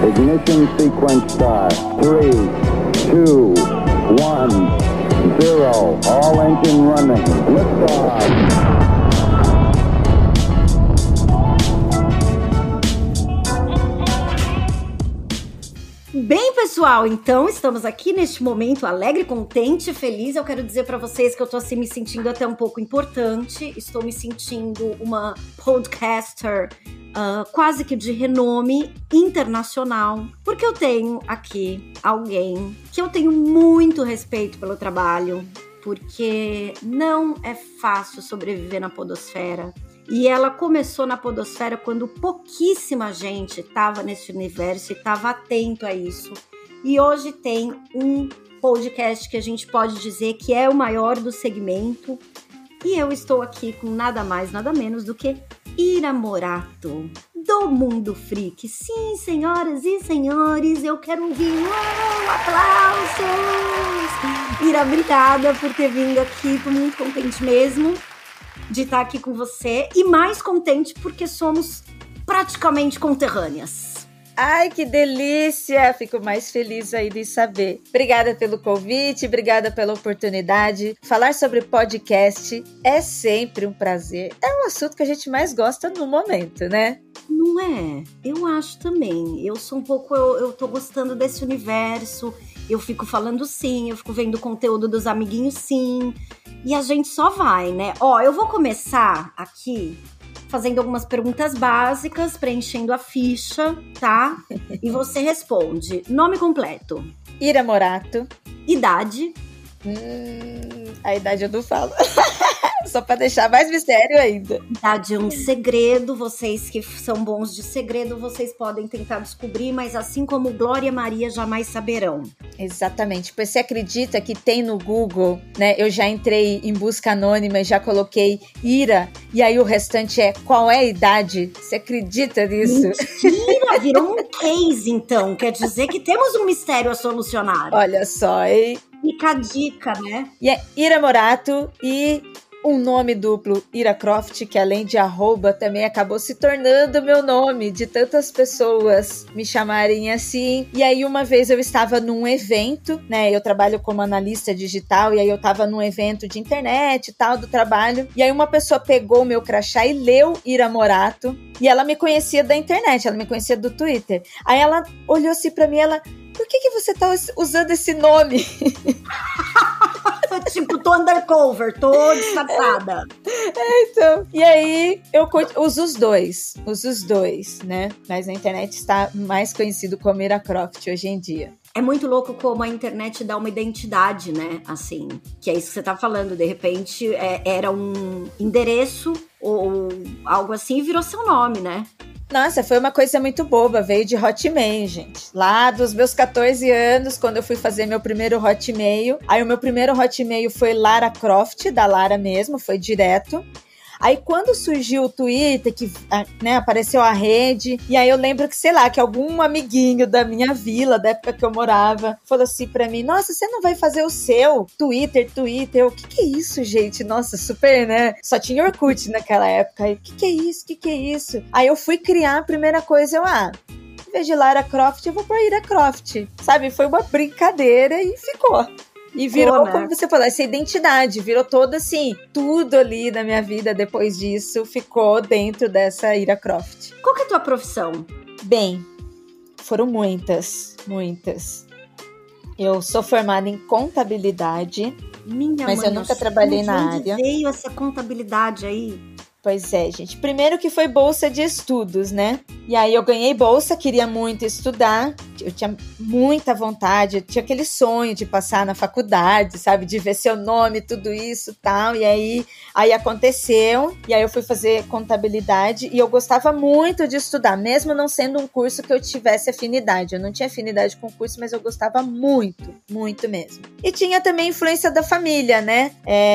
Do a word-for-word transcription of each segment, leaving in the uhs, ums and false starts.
Ignition sequence start. Three, two, one, zero. All engine running. Liftoff. Bem, pessoal, então estamos aqui neste momento alegre, contente, feliz. Eu quero dizer para vocês que eu tô assim me sentindo até um pouco importante. Estou me sentindo uma podcaster uh, quase que de renome internacional, porque eu tenho aqui alguém que eu tenho muito respeito pelo trabalho, porque não é fácil sobreviver na podosfera. E ela começou na podosfera quando pouquíssima gente estava nesse universo e estava atento a isso. E hoje tem um podcast que a gente pode dizer que é o maior do segmento. E eu estou aqui com nada mais, nada menos do que Ira Morato, do Mundo Freak. Sim, senhoras e senhores, eu quero ouvir um aplausos! Ira, obrigada por ter vindo aqui, estou muito contente mesmo de estar aqui com você, e mais contente porque somos praticamente conterrâneas. Ai, que delícia! Fico mais feliz aí de saber. Obrigada pelo convite, obrigada pela oportunidade. Falar sobre podcast é sempre um prazer. É um assunto que a gente mais gosta no momento, né? Não é? Eu acho também. Eu sou um pouco... Eu, eu tô gostando desse universo. Eu fico falando sim, eu fico vendo o conteúdo dos amiguinhos sim. E a gente só vai, né? Ó, eu vou começar aqui fazendo algumas perguntas básicas, preenchendo a ficha, tá? E você responde. Nome completo. Ira Morato. Idade. Hum, a idade eu não falo. Só pra deixar mais mistério ainda. Idade é um segredo. Vocês que são bons de segredo, vocês podem tentar descobrir, mas assim como Glória e Maria jamais saberão. Exatamente. Pois você acredita que tem no Google, né? Eu já entrei em busca anônima e já coloquei Ira, e aí o restante é qual é a idade? Você acredita nisso? Mentira! Virou um case, então. Quer dizer que temos um mistério a solucionar. Olha só, hein? Fica a dica, né? E é Ira Morato e um nome duplo, Ira Croft, que além de arroba também acabou se tornando meu nome, de tantas pessoas me chamarem assim. E aí uma vez eu estava num evento, né, eu trabalho como analista digital, e aí eu estava num evento de internet e tal, do trabalho, e aí uma pessoa pegou o meu crachá e leu Ira Morato, e ela me conhecia da internet, ela me conhecia do Twitter. Aí ela olhou assim pra mim, ela... Por que que você tá usando esse nome? Tipo, tô undercover, tô disfarçada. É, então. E aí, eu uso os dois. Uso os dois, né? Mas na internet está mais conhecido como Ira Croft hoje em dia. É muito louco como a internet dá uma identidade, né? Assim, que é isso que você tá falando. De repente, é, era um endereço ou algo assim e virou seu nome, né? Nossa, foi uma coisa muito boba, veio de Hotmail, gente. Lá dos meus catorze anos, quando eu fui fazer meu primeiro Hotmail. Aí o meu primeiro Hotmail foi Lara Croft, da Lara mesmo, foi direto. Aí quando surgiu o Twitter, que né, apareceu a rede, e aí eu lembro que, sei lá, que algum amiguinho da minha vila, da época que eu morava, falou assim pra mim, nossa, você não vai fazer o seu Twitter, Twitter? O que que é isso, gente? Nossa, super, né? Só tinha Orkut naquela época. Aí, o que que é isso? O que que é isso? Aí eu fui criar a primeira coisa, eu, ah, em vez de Lara Croft, eu vou pôr Ira Croft. Sabe? Foi uma brincadeira e ficou. E virou, oh, né? Como você falou, essa identidade, virou toda assim, tudo ali na minha vida depois disso ficou dentro dessa Ira Croft. Qual que é a tua profissão? Bem, foram muitas, muitas. Eu sou formada em contabilidade, Minha mas mãe, eu nunca trabalhei na área. Onde veio essa contabilidade aí? Pois é, gente. Primeiro que foi bolsa de estudos, né? E aí eu ganhei bolsa, queria muito estudar. Eu tinha muita vontade, eu tinha aquele sonho de passar na faculdade, sabe? De ver seu nome, tudo isso e tal. E aí, aí aconteceu. E aí eu fui fazer contabilidade e eu gostava muito de estudar, mesmo não sendo um curso que eu tivesse afinidade. Eu não tinha afinidade com o curso, mas eu gostava muito, muito mesmo. E tinha também influência da família, né?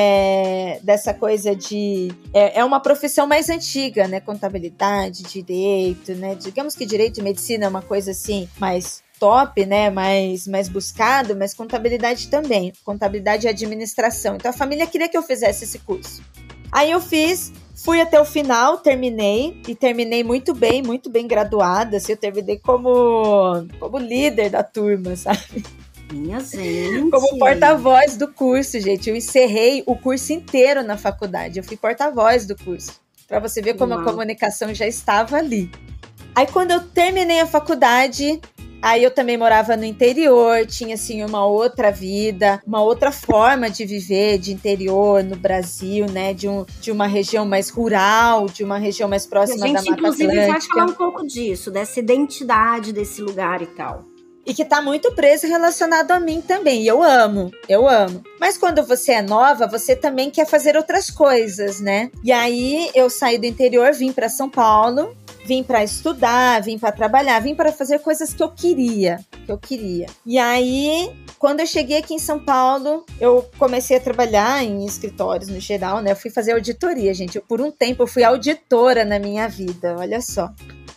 É, dessa coisa de... É, é uma profissão mais antiga, né? Contabilidade, direito, né? Digamos que direito e medicina é uma coisa assim, mais top, né? Mais, mais buscado, mas contabilidade também. Contabilidade e administração. Então a família queria que eu fizesse esse curso. Aí eu fiz, fui até o final, terminei, e terminei muito bem, muito bem graduada, assim, eu terminei como, como líder da turma, sabe? Minha gente. Como porta-voz do curso, gente. Eu encerrei o curso inteiro na faculdade. Eu fui porta-voz do curso. Pra você ver como Uau. A comunicação já estava ali. Aí, quando eu terminei a faculdade, aí eu também morava no interior, tinha, assim, uma outra vida, uma outra forma de viver de interior no Brasil, né? De, um, de uma região mais rural, de uma região mais próxima da Mata Atlântica. A gente, inclusive, vai falar um pouco disso, dessa identidade desse lugar e tal. E que tá muito preso relacionado a mim também. E eu amo, eu amo. Mas quando você é nova, você também quer fazer outras coisas, né? E aí eu saí do interior, vim para São Paulo, vim para estudar, vim para trabalhar, vim para fazer coisas que eu queria, que eu queria. E aí, quando eu cheguei aqui em São Paulo, eu comecei a trabalhar em escritórios no geral, né? Eu fui fazer auditoria, gente. Eu, por um tempo, eu fui auditora na minha vida, olha só.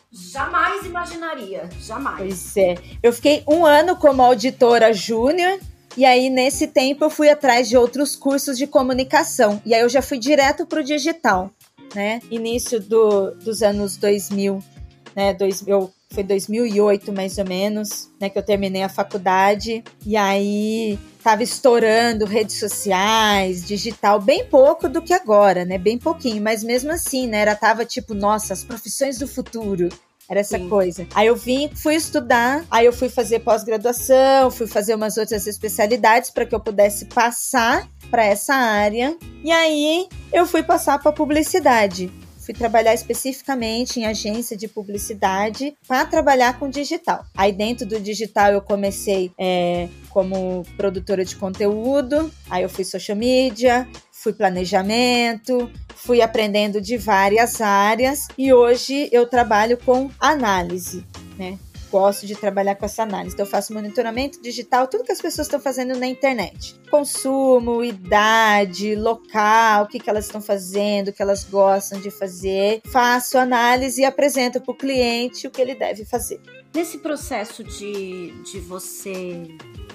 Jamais imaginaria, jamais. Pois é. Eu fiquei um ano como auditora júnior e aí nesse tempo eu fui atrás de outros cursos de comunicação. E aí eu já fui direto pro digital, né? Início do, dos anos dois mil, né? Dois, eu, foi dois mil e oito mais ou menos, né? Que eu terminei a faculdade e aí tava estourando redes sociais, digital, bem pouco do que agora, né? Bem pouquinho, mas mesmo assim, né? Era, tava tipo, nossa, as profissões do futuro. Era essa Sim. coisa. Aí eu vim, fui estudar, aí eu fui fazer pós-graduação, fui fazer umas outras especialidades para que eu pudesse passar para essa área. E aí eu fui passar para publicidade. Fui trabalhar especificamente em agência de publicidade para trabalhar com digital. Aí dentro do digital eu comecei é, como produtora de conteúdo, aí eu fui social media, fui planejamento, fui aprendendo de várias áreas e hoje eu trabalho com análise, né? Gosto de trabalhar com essa análise. Então eu faço monitoramento digital, tudo que as pessoas estão fazendo na internet. Consumo, idade, local, o que, que elas estão fazendo, o que elas gostam de fazer. Faço análise e apresento para o cliente o que ele deve fazer. Nesse processo de, de você...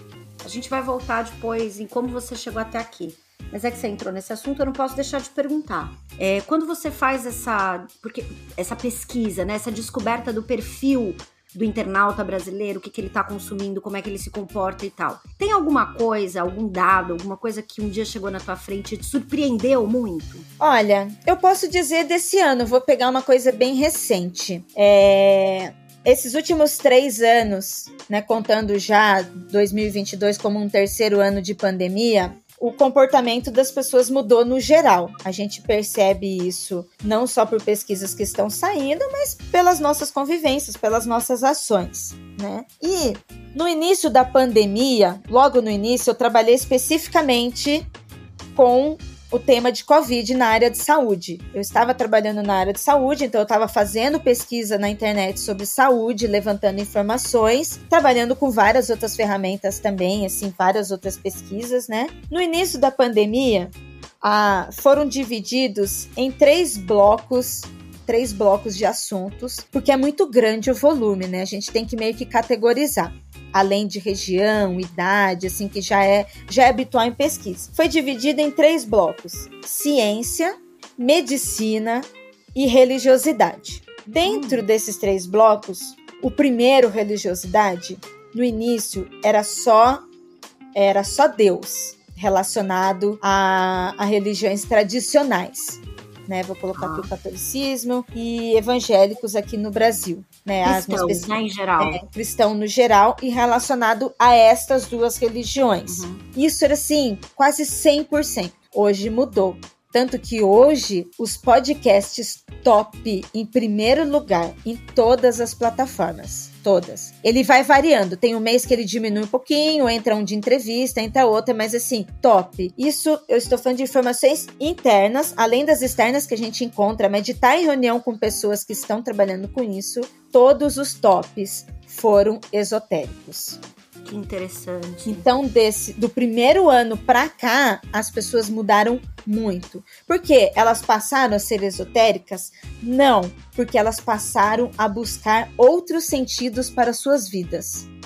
A gente vai voltar depois em como você chegou até aqui. Mas é que você entrou nesse assunto, eu não posso deixar de perguntar. É, quando você faz essa, porque, essa pesquisa, né, essa descoberta do perfil do internauta brasileiro, o que, que ele está consumindo, como é que ele se comporta e tal. Tem alguma coisa, algum dado, alguma coisa que um dia chegou na tua frente e te surpreendeu muito? Olha, eu posso dizer desse ano, vou pegar uma coisa bem recente. É... Esses últimos três anos, né, contando já dois mil e vinte e dois como um terceiro ano de pandemia, o comportamento das pessoas mudou no geral. A gente percebe isso não só por pesquisas que estão saindo, mas pelas nossas convivências, pelas nossas ações, né? E no início da pandemia, logo no início, eu trabalhei especificamente com o tema de Covid na área de saúde. Eu estava trabalhando na área de saúde, então eu estava fazendo pesquisa na internet sobre saúde, levantando informações, trabalhando com várias outras ferramentas também, assim, várias outras pesquisas, né? No início da pandemia, ah, foram divididos em três blocos, três blocos de assuntos, porque é muito grande o volume, né? A gente tem que meio que categorizar. Além de região, idade, assim, que já é, já é habitual em pesquisa. Foi dividido em três blocos: ciência, medicina e religiosidade. Dentro desses três blocos, o primeiro, religiosidade, no início era só, era só Deus, relacionado a, a religiões tradicionais. Né, vou colocar aqui o catolicismo e evangélicos aqui no Brasil. Né, cristão, as né, em geral. É, cristão no geral e relacionado a estas duas religiões. Uhum. Isso era assim, quase cem por cento. Hoje mudou. Tanto que hoje os podcasts top em primeiro lugar em todas as plataformas. Todas. Ele vai variando. Tem um mês que ele diminui um pouquinho, entra um de entrevista, entra outra, mas assim, top. Isso eu estou falando de informações internas, além das externas que a gente encontra, meditar em reunião com pessoas que estão trabalhando com isso. Todos os tops foram esotéricos. Que interessante. Então, desse, do primeiro ano pra cá, as pessoas mudaram muito. Por quê? Elas passaram a ser esotéricas? Não, porque elas passaram a buscar outros sentidos para suas vidas.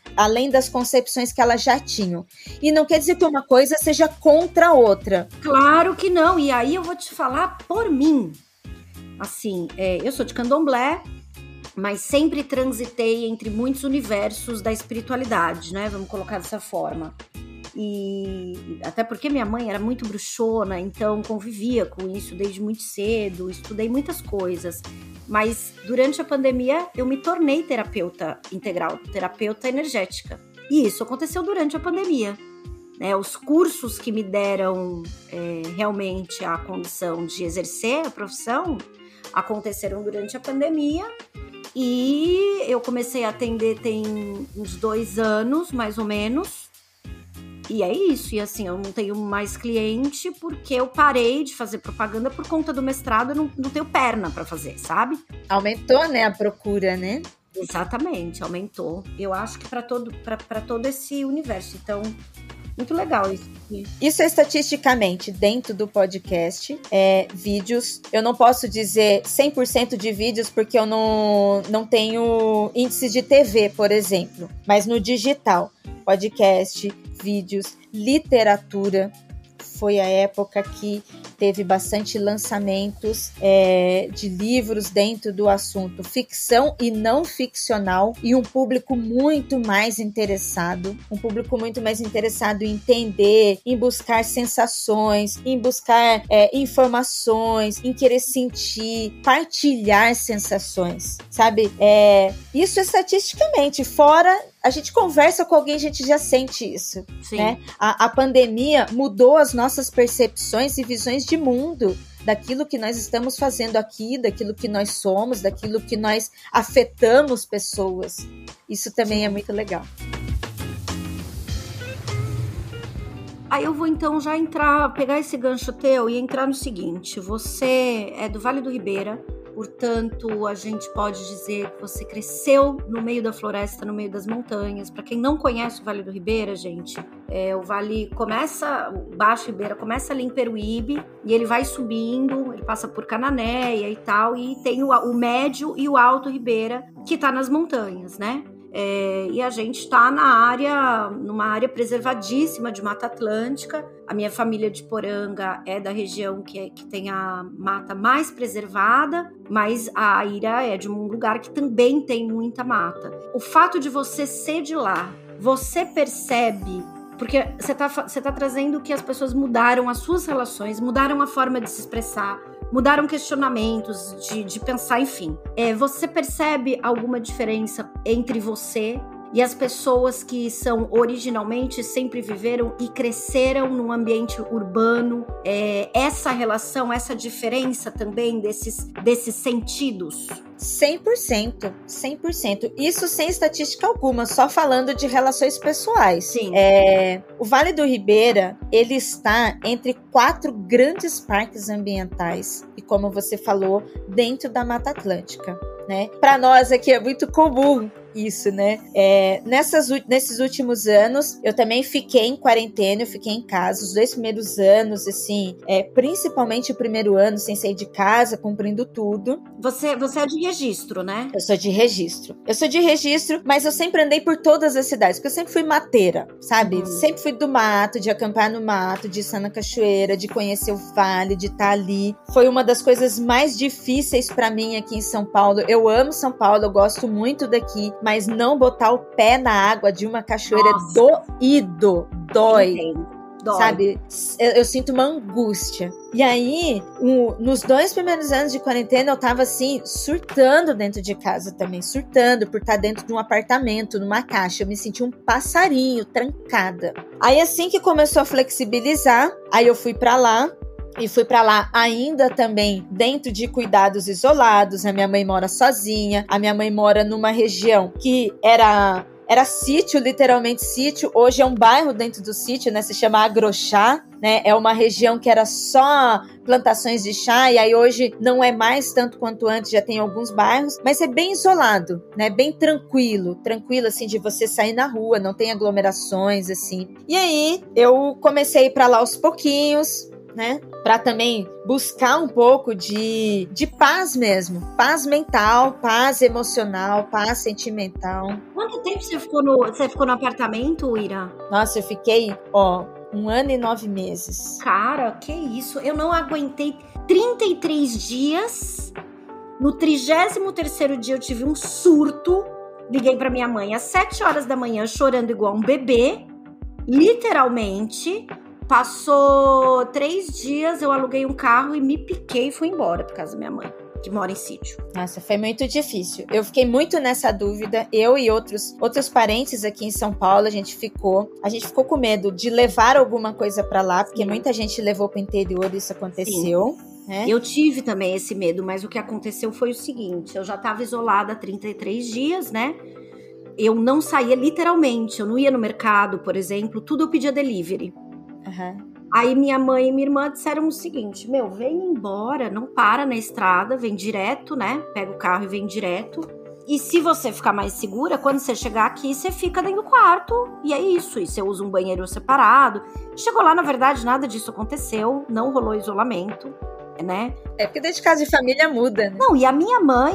além das concepções que elas já tinham. E não quer dizer que uma coisa seja contra a outra. Claro que não, e aí eu vou te falar por mim. Assim, é, eu sou de candomblé, mas sempre transitei entre muitos universos da espiritualidade, né? Vamos colocar dessa forma. E até porque minha mãe era muito bruxona, então convivia com isso desde muito cedo, estudei muitas coisas. Mas durante a pandemia eu me tornei terapeuta integral, terapeuta energética. E isso aconteceu durante a pandemia. Né? Os cursos que me deram é, realmente a condição de exercer a profissão aconteceram durante a pandemia. E eu comecei a atender tem uns dois anos, mais ou menos. E é isso, e assim, eu não tenho mais cliente porque eu parei de fazer propaganda por conta do mestrado, eu não, não tenho perna para fazer, sabe? Aumentou, né, a procura, né? Exatamente, aumentou. Eu acho que para todo, para todo esse universo, então, muito legal isso. Isso é estatisticamente dentro do podcast, é, vídeos. Eu não posso dizer cem por cento de vídeos porque eu não, não tenho índice de T V, por exemplo, mas no digital, podcast, vídeos, literatura. Foi a época que teve bastante lançamentos é, de livros dentro do assunto ficção e não ficcional, e um público muito mais interessado, um público muito mais interessado em entender, em buscar sensações, em buscar é, informações, em querer sentir, partilhar sensações, sabe? É, isso estatisticamente, fora... A gente conversa com alguém, a gente já sente isso, Sim. né? A, a pandemia mudou as nossas percepções e visões de mundo, daquilo que nós estamos fazendo aqui, daquilo que nós somos, daquilo que nós afetamos pessoas. Isso também Sim. é muito legal. Aí eu vou então já entrar, pegar esse gancho teu e entrar no seguinte, você é do Vale do Ribeira, portanto, a gente pode dizer que você cresceu no meio da floresta, no meio das montanhas. Para quem não conhece o Vale do Ribeira, gente, é, o vale começa, o Baixo Ribeira começa ali em Peruíbe e ele vai subindo, ele passa por Cananéia e tal, e tem o, o Médio e o Alto Ribeira, que tá nas montanhas, né? É, e a gente está na área, numa área preservadíssima de Mata Atlântica. A minha família de Poranga é da região que, é, que tem a mata mais preservada, mas a Ira é de um lugar que também tem muita mata. O fato de você ser de lá, você percebe... Porque você está você tá trazendo que as pessoas mudaram as suas relações, mudaram a forma de se expressar, mudaram questionamentos, de, de pensar, enfim. É, você percebe alguma diferença entre você e as pessoas que são originalmente, sempre viveram e cresceram num ambiente urbano? É, essa relação, essa diferença também desses, desses sentidos? cem por cento, cem por cento. Isso sem estatística alguma, só falando de relações pessoais. Sim. É, o Vale do Ribeira, ele está entre quatro grandes parques ambientais e, como você falou, dentro da Mata Atlântica, né? Para nós aqui é muito comum isso, né? É, nessas, nesses últimos anos, eu também fiquei em quarentena, eu fiquei em casa. Os dois primeiros anos, assim, é, principalmente o primeiro ano, sem sair de casa, cumprindo tudo. Você, você é de registro, né? Eu sou de registro. Eu sou de registro, mas eu sempre andei por todas as cidades, porque eu sempre fui mateira, sabe? Uhum. Sempre fui do mato, de acampar no mato, de estar na cachoeira, de conhecer o vale, de estar ali. Foi uma das coisas mais difíceis pra mim aqui em São Paulo. Eu amo São Paulo, eu gosto muito daqui, mas não botar o pé na água de uma cachoeira Nossa. doído, dói. Dói. Sabe? Eu, eu sinto uma angústia. E aí, um, nos dois primeiros anos de quarentena, eu tava assim, surtando dentro de casa também. Surtando por estar dentro de um apartamento, numa caixa. Eu me senti um passarinho, trancada. Aí, assim que começou a flexibilizar, aí eu fui pra lá. E fui pra lá ainda também dentro de cuidados isolados. A minha mãe mora sozinha. A minha mãe mora numa região que era... Era sítio, literalmente sítio. Hoje é um bairro dentro do sítio, né? Se chama Agrochá, né? É uma região que era só plantações de chá. E aí hoje não é mais tanto quanto antes, já tem alguns bairros. Mas é bem isolado, né? Bem tranquilo. Tranquilo, assim, de você sair na rua. Não tem aglomerações, assim. E aí eu comecei a ir pra lá aos pouquinhos. né? Para também buscar um pouco de, de paz mesmo. Paz mental, paz emocional, paz sentimental. Quanto tempo você ficou no, você ficou no apartamento, Ira? Nossa, eu fiquei, ó, um ano e nove meses. Cara, que isso? Eu não aguentei trinta e três dias. No trigésimo terceiro dia eu tive um surto. Liguei pra minha mãe às sete horas da manhã, chorando igual um bebê. Literalmente. Passou três dias, eu aluguei um carro e me piquei e fui embora por causa da minha mãe, que mora em sítio. Nossa, foi muito difícil. Eu fiquei muito nessa dúvida. Eu e outros, outros parentes aqui em São Paulo, a gente ficou. A gente ficou com medo de levar alguma coisa pra lá, porque Sim. muita gente levou pro interior e isso aconteceu. Né? Eu tive também esse medo, mas o que aconteceu foi o seguinte, eu já tava isolada há trinta e três dias, né? Eu não saía literalmente, eu não ia no mercado, por exemplo, tudo eu pedia delivery. Uhum. Aí minha mãe e minha irmã disseram o seguinte, meu, vem embora, não para na estrada, vem direto, né? Pega o carro e vem direto. E se você ficar mais segura, quando você chegar aqui, você fica dentro do quarto. E é isso, e você usa um banheiro separado. Chegou lá, na verdade, nada disso aconteceu, não rolou isolamento, né? É porque dentro de casa de família muda, né? Não, e a minha mãe,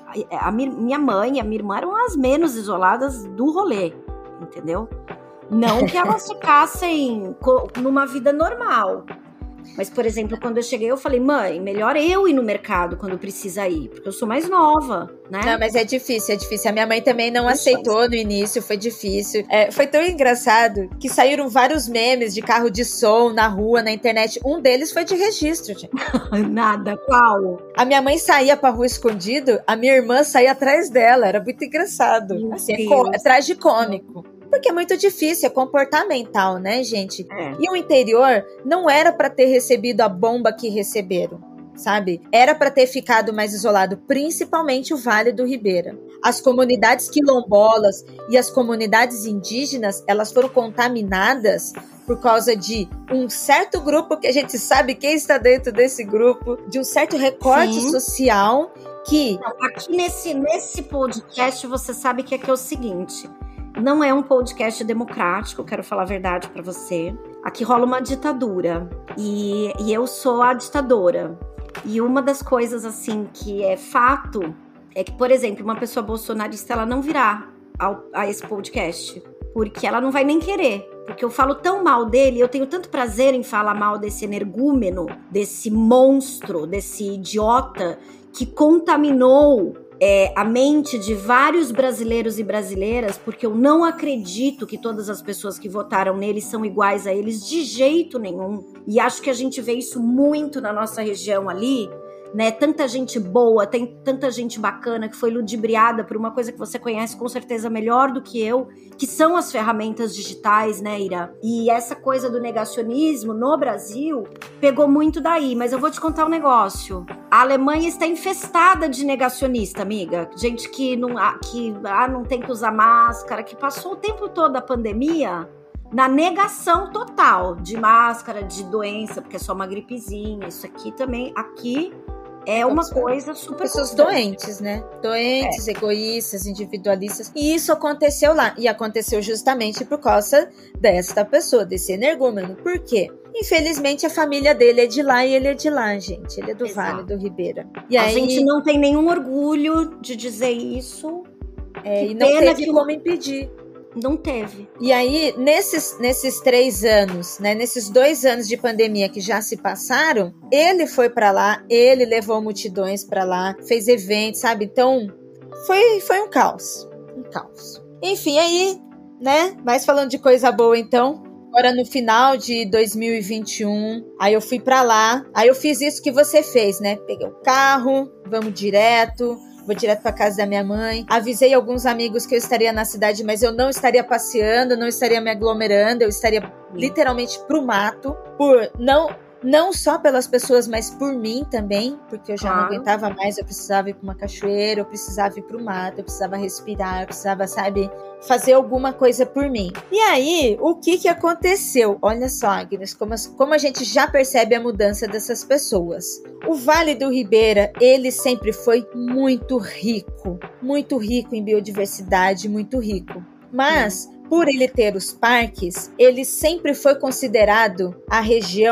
a minha mãe e a minha irmã eram as menos isoladas do rolê, entendeu? Não que elas ficassem numa vida normal. Mas, por exemplo, quando eu cheguei, eu falei, mãe, melhor eu ir no mercado quando precisa ir, porque eu sou mais nova, né? Não, mas é difícil, é difícil. A minha mãe também não aceitou no início, foi difícil. É, foi tão engraçado que saíram vários memes de carro de som na rua, na internet. Um deles foi de registro, gente. Nada, qual? A minha mãe saía pra rua escondido, a minha irmã saía atrás dela. Era muito engraçado. Meu assim, é, Deus. é tragicômico. Porque é muito difícil, é comportamental, né, gente? É. E o interior não era pra ter recebido a bomba que receberam, sabe? Era pra ter ficado mais isolado, principalmente o Vale do Ribeira. As comunidades quilombolas e as comunidades indígenas, elas foram contaminadas por causa de um certo grupo, que a gente sabe quem está dentro desse grupo, de um certo recorte Sim. social que... Não, aqui nesse, nesse podcast, você sabe que aqui é o seguinte... Não é um podcast democrático, quero falar a verdade pra você. Aqui rola uma ditadura e, e eu sou a ditadora. E uma das coisas, assim, que é fato é que, por exemplo, uma pessoa bolsonarista, ela não virá ao, a esse podcast. Porque ela não vai nem querer. Porque eu falo tão mal dele, eu tenho tanto prazer em falar mal desse energúmeno, desse monstro, desse idiota que contaminou... É, a mente de vários brasileiros e brasileiras, porque eu não acredito que todas as pessoas que votaram nele são iguais a eles de jeito nenhum. E acho que a gente vê isso muito na nossa região ali, né? Tanta gente boa, tem tanta gente bacana que foi ludibriada por uma coisa que você conhece com certeza melhor do que eu, que são as ferramentas digitais, né, Ira? E essa coisa do negacionismo no Brasil pegou muito daí, mas eu vou te contar um negócio. A Alemanha está infestada de negacionista, amiga. Gente que não, que, ah, não tem que usar máscara, que passou o tempo todo da pandemia na negação total de máscara, de doença, porque é só uma gripezinha. Isso aqui também, aqui... É uma Pessoa, coisa super Pessoas constante. doentes, né? Doentes, é. egoístas, individualistas. E isso aconteceu lá. E aconteceu justamente por causa desta pessoa, desse energúmeno. Por quê? Infelizmente, a família dele é de lá e ele é de lá, gente. Ele é do Exato. Vale do Ribeira. E a aí... gente não tem nenhum orgulho de dizer isso. É, e não teve que... como impedir. Não teve. E aí, nesses, nesses três anos, né, nesses dois anos de pandemia que já se passaram, ele foi pra lá, ele levou multidões pra lá, fez eventos, sabe? Então, foi, foi um caos. Um caos. Enfim, aí, né, mas falando de coisa boa, então, agora no final de dois mil e vinte e um, aí eu fui pra lá, aí eu fiz isso que você fez, né? Peguei o carro, vamos direto... Vou direto para casa da minha mãe. Avisei alguns amigos que eu estaria na cidade, mas eu não estaria passeando, não estaria me aglomerando, eu estaria literalmente pro mato, por não não só pelas pessoas, mas por mim também, porque eu já ah. não aguentava mais, eu precisava ir para uma cachoeira, eu precisava ir pro mato, eu precisava respirar, eu precisava, sabe, fazer alguma coisa por mim. E aí, o que que aconteceu? Olha só, Agnes, como, como a gente já percebe a mudança dessas pessoas. O Vale do Ribeira, ele sempre foi muito rico, muito rico em biodiversidade, muito rico. Mas... por ele ter os parques, ele sempre foi considerado a região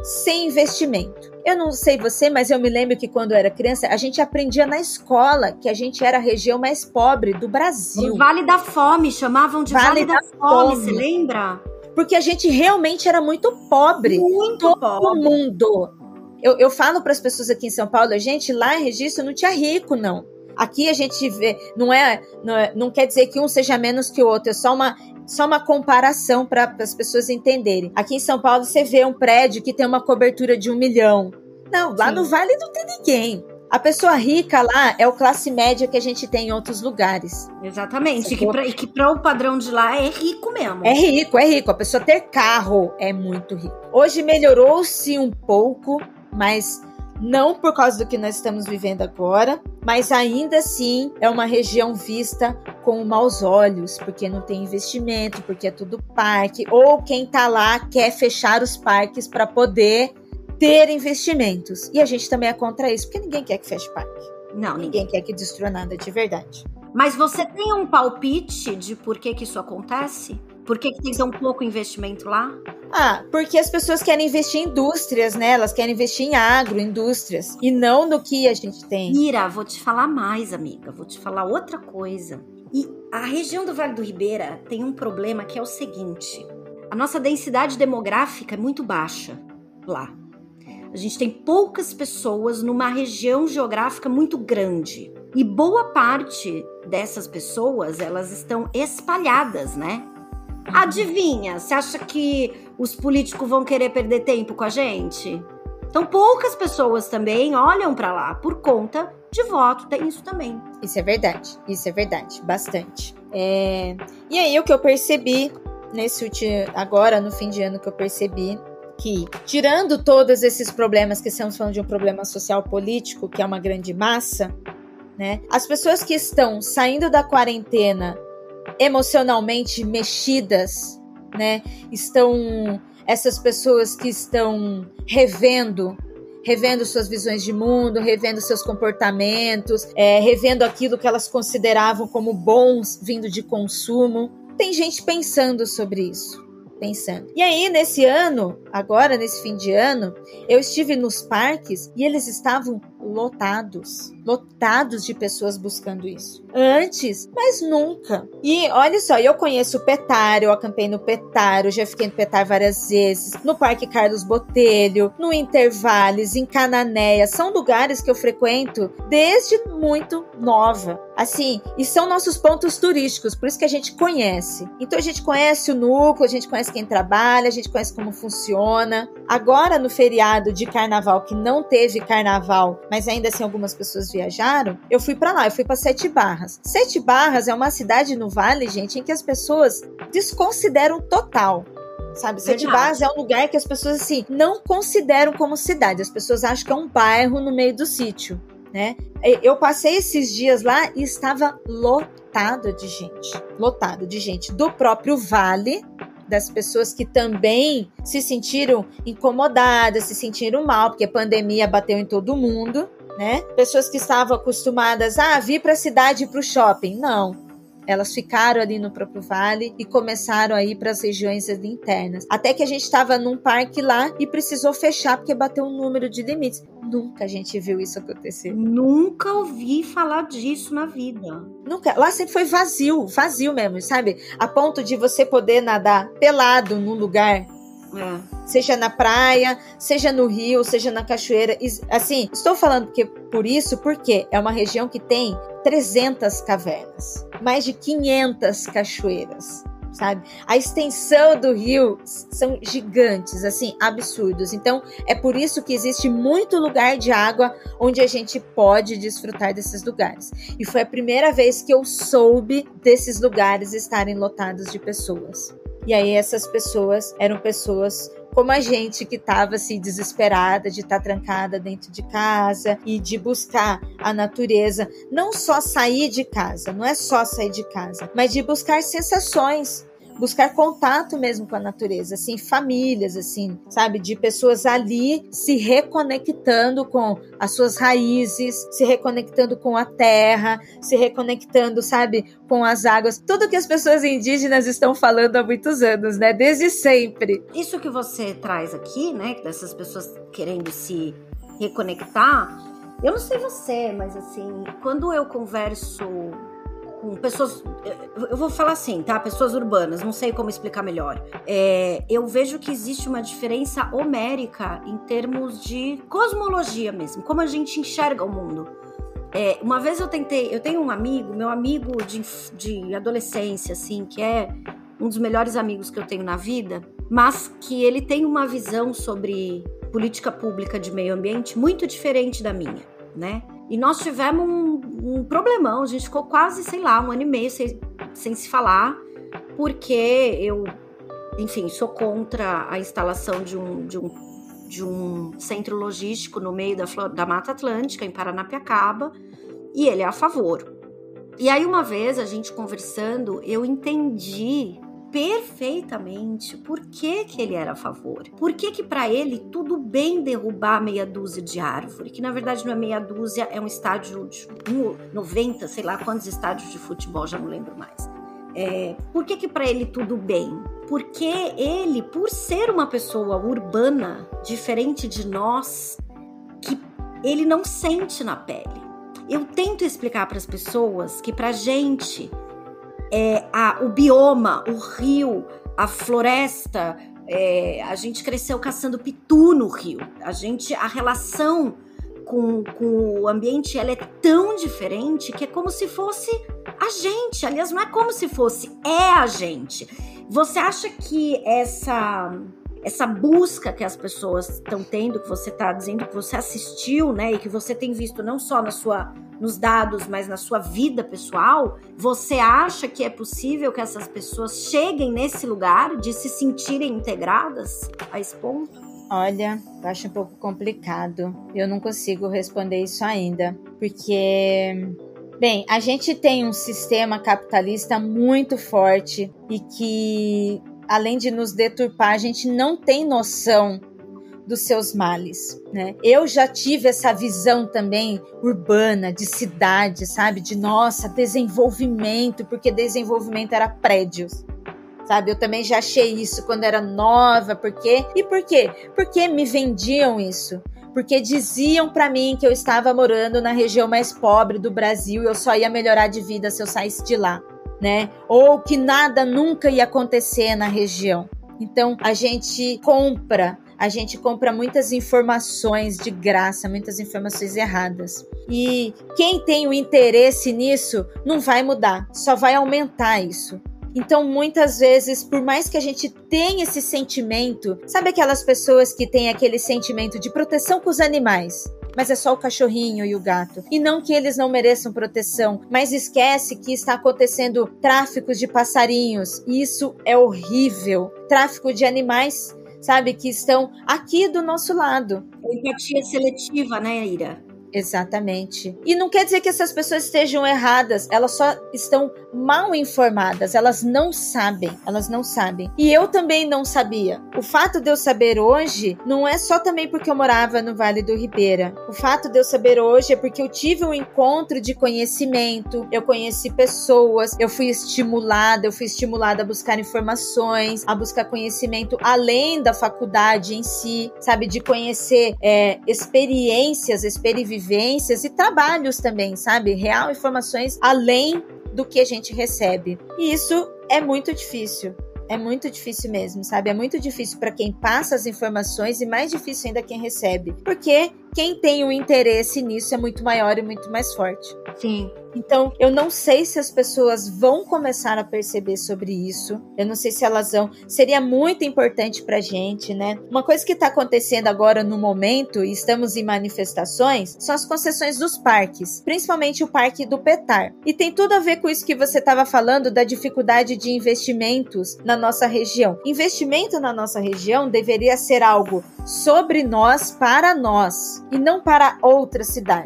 sem investimento. Eu não sei você, mas eu me lembro que quando eu era criança, a gente aprendia na escola que a gente era a região mais pobre do Brasil. O Vale da Fome, chamavam de Vale, vale da, da Fome, você lembra? Porque a gente realmente era muito pobre. Muito todo pobre. mundo. Eu, eu falo para as pessoas aqui em São Paulo, gente, lá em Registro não tinha rico, não. Aqui a gente vê, não é, não, é, não quer dizer que um seja menos que o outro, é só uma, só uma comparação para as pessoas entenderem. Aqui em São Paulo você vê um prédio que tem uma cobertura de um milhão. Não, lá Sim. no Vale não tem ninguém. A pessoa rica lá é o classe média que a gente tem em outros lugares. Exatamente, e que para o padrão de lá é rico mesmo. É rico, é rico. A pessoa ter carro é muito rico. Hoje melhorou-se um pouco, mas não por causa do que nós estamos vivendo agora, mas ainda assim é uma região vista com maus olhos, porque não tem investimento, porque é tudo parque, ou quem tá lá quer fechar os parques para poder ter investimentos. E a gente também é contra isso, porque ninguém quer que feche parque. Não, ninguém quer que destrua nada de verdade. Mas você tem um palpite de por que que isso acontece? Por que que tem tão pouco investimento lá? Ah, porque as pessoas querem investir em indústrias, né? Elas querem investir em agroindústrias e não no que a gente tem. Mira, vou te falar mais, amiga. Vou te falar outra coisa. E a região do Vale do Ribeira tem um problema que é o seguinte. A nossa densidade demográfica é muito baixa lá. A gente tem poucas pessoas numa região geográfica muito grande. E boa parte dessas pessoas, elas estão espalhadas, né? Adivinha, você acha que os políticos vão querer perder tempo com a gente? Então poucas pessoas também olham para lá por conta de voto, tem isso também. Isso é verdade, isso é verdade, bastante. É... E aí o que eu percebi, nesse último, agora no fim de ano que eu percebi, que tirando todos esses problemas, que estamos falando de um problema social político, que é uma grande massa, né? As pessoas que estão saindo da quarentena emocionalmente mexidas, né? Estão essas pessoas que estão revendo, revendo suas visões de mundo, revendo seus comportamentos, é, revendo aquilo que elas consideravam como bons vindo de consumo. Tem gente pensando sobre isso, pensando. E aí, nesse ano, agora, nesse fim de ano, eu estive nos parques e eles estavam lotados. Lotados de pessoas buscando isso. Antes, mas nunca. E olha só, eu conheço o Petar, eu acampei no Petar, eu já fiquei no Petar várias vezes, no Parque Carlos Botelho, no Intervales, em Cananéia. São lugares que eu frequento desde muito nova. Assim, e são nossos pontos turísticos, por isso que a gente conhece. Então a gente conhece o núcleo, a gente conhece quem trabalha, a gente conhece como funciona. Agora, no feriado de carnaval, que não teve carnaval, mas ainda assim algumas pessoas viajaram, eu fui pra lá, eu fui pra Sete Barras. Sete Barras é uma cidade no Vale, gente, em que as pessoas desconsideram total. Sabe, Sete Barras é um lugar que as pessoas, assim, não consideram como cidade. As pessoas acham que é um bairro no meio do sítio, né? Eu passei esses dias lá e estava lotado de gente. Lotado de gente do próprio Vale, das pessoas que também se sentiram incomodadas, se sentiram mal, porque a pandemia bateu em todo mundo, né? Pessoas que estavam acostumadas a ah, vir para a cidade e para o shopping. Não. Elas ficaram ali no próprio Vale e começaram a ir para as regiões ali internas. Até que a gente estava num parque lá e precisou fechar porque bateu um número de limites. Nunca a gente viu isso acontecer. Nunca ouvi falar disso na vida. Nunca. Lá sempre foi vazio, vazio mesmo, sabe? A ponto de você poder nadar pelado num lugar. É. Seja na praia, seja no rio, seja na cachoeira. Assim, estou falando que por isso, porque é uma região que tem trezentas cavernas, mais de quinhentas cachoeiras, sabe? A extensão do rio são gigantes, assim, absurdos. Então, é por isso que existe muito lugar de água onde a gente pode desfrutar desses lugares. E foi a primeira vez que eu soube desses lugares estarem lotados de pessoas. E aí essas pessoas eram pessoas como a gente que estava assim desesperada de estar trancada dentro de casa e de buscar a natureza, não só sair de casa, não é só sair de casa, mas de buscar sensações, buscar contato mesmo com a natureza, assim, famílias, assim, sabe, de pessoas ali se reconectando com as suas raízes, se reconectando com a terra, se reconectando, sabe, com as águas, tudo que as pessoas indígenas estão falando há muitos anos, né, desde sempre. Isso que você traz aqui, né, dessas pessoas querendo se reconectar, eu não sei você, mas assim, quando eu converso com pessoas, eu vou falar assim, tá? Pessoas urbanas, não sei como explicar melhor. É, eu vejo que existe uma diferença homérica em termos de cosmologia mesmo, como a gente enxerga o mundo. É, uma vez eu tentei, eu tenho um amigo, meu amigo de, de adolescência, assim, que é um dos melhores amigos que eu tenho na vida, mas que ele tem uma visão sobre política pública de meio ambiente muito diferente da minha, né? E nós tivemos um, um problemão, a gente ficou quase, sei lá, um ano e meio sem, sem se falar, porque eu, enfim, sou contra a instalação de um, de um, de um centro logístico no meio da, da Mata Atlântica, em Paranapiacaba, e ele é a favor. E aí uma vez, a gente conversando, eu entendi perfeitamente por que que ele era a favor. Por que que para ele tudo bem derrubar meia dúzia de árvore, que na verdade não é meia dúzia, é um estádio de noventa, sei lá quantos estádios de futebol, já não lembro mais. É, por que que para ele tudo bem? Porque ele, por ser uma pessoa urbana, diferente de nós, que ele não sente na pele. Eu tento explicar para as pessoas que pra gente É, a, o bioma, o rio, a floresta, é, a gente cresceu caçando pitu no rio. A gente, a relação com, com o ambiente, ela é tão diferente que é como se fosse a gente. Aliás, não é como se fosse, é a gente. Você acha que essa, essa busca que as pessoas estão tendo, que você está dizendo que você assistiu, né, e que você tem visto não só na sua... nos dados, mas na sua vida pessoal, você acha que é possível que essas pessoas cheguem nesse lugar de se sentirem integradas a esse ponto? Olha, eu acho um pouco complicado. Eu não consigo responder isso ainda, porque, bem, a gente tem um sistema capitalista muito forte e que, além de nos deturpar, a gente não tem noção dos seus males, né? Eu já tive essa visão também urbana, de cidade, sabe? De, nossa, desenvolvimento, porque desenvolvimento era prédios, sabe? Eu também já achei isso quando era nova, por quê? E por quê? Porque me vendiam isso. Porque diziam pra mim que eu estava morando na região mais pobre do Brasil e eu só ia melhorar de vida se eu saísse de lá, né? Ou que nada nunca ia acontecer na região. Então, a gente compra A gente compra muitas informações de graça, muitas informações erradas. E quem tem o interesse nisso não vai mudar, só vai aumentar isso. Então, muitas vezes, por mais que a gente tenha esse sentimento, sabe aquelas pessoas que têm aquele sentimento de proteção com os animais? Mas é só o cachorrinho e o gato. E não que eles não mereçam proteção, mas esquece que está acontecendo tráfico de passarinhos. E isso é horrível. Tráfico de animais, sabe, que estão aqui do nosso lado. Empatia seletiva, né, Ira? Exatamente. E não quer dizer que essas pessoas estejam erradas, elas só estão mal informadas, elas não sabem, elas não sabem. E eu também não sabia. O fato de eu saber hoje não é só também porque eu morava no Vale do Ribeira. O fato de eu saber hoje é porque eu tive um encontro de conhecimento, eu conheci pessoas, eu fui estimulada, eu fui estimulada a buscar informações, a buscar conhecimento além da faculdade em si, sabe, de conhecer é, experiências, experiências vivências e trabalhos também, sabe? Real informações além do que a gente recebe. E isso é muito difícil. É muito difícil mesmo, sabe? É muito difícil para quem passa as informações e mais difícil ainda quem recebe. Porque quem tem um interesse nisso é muito maior e muito mais forte. Sim. Então, eu não sei se as pessoas vão começar a perceber sobre isso. Eu não sei se elas vão. Seria muito importante pra gente, né? Uma coisa que tá acontecendo agora no momento, e estamos em manifestações, são as concessões dos parques. Principalmente o Parque do Petar. E tem tudo a ver com isso que você estava falando, da dificuldade de investimentos na nossa região. Investimento na nossa região deveria ser algo sobre nós, para nós, e não para outras cidades.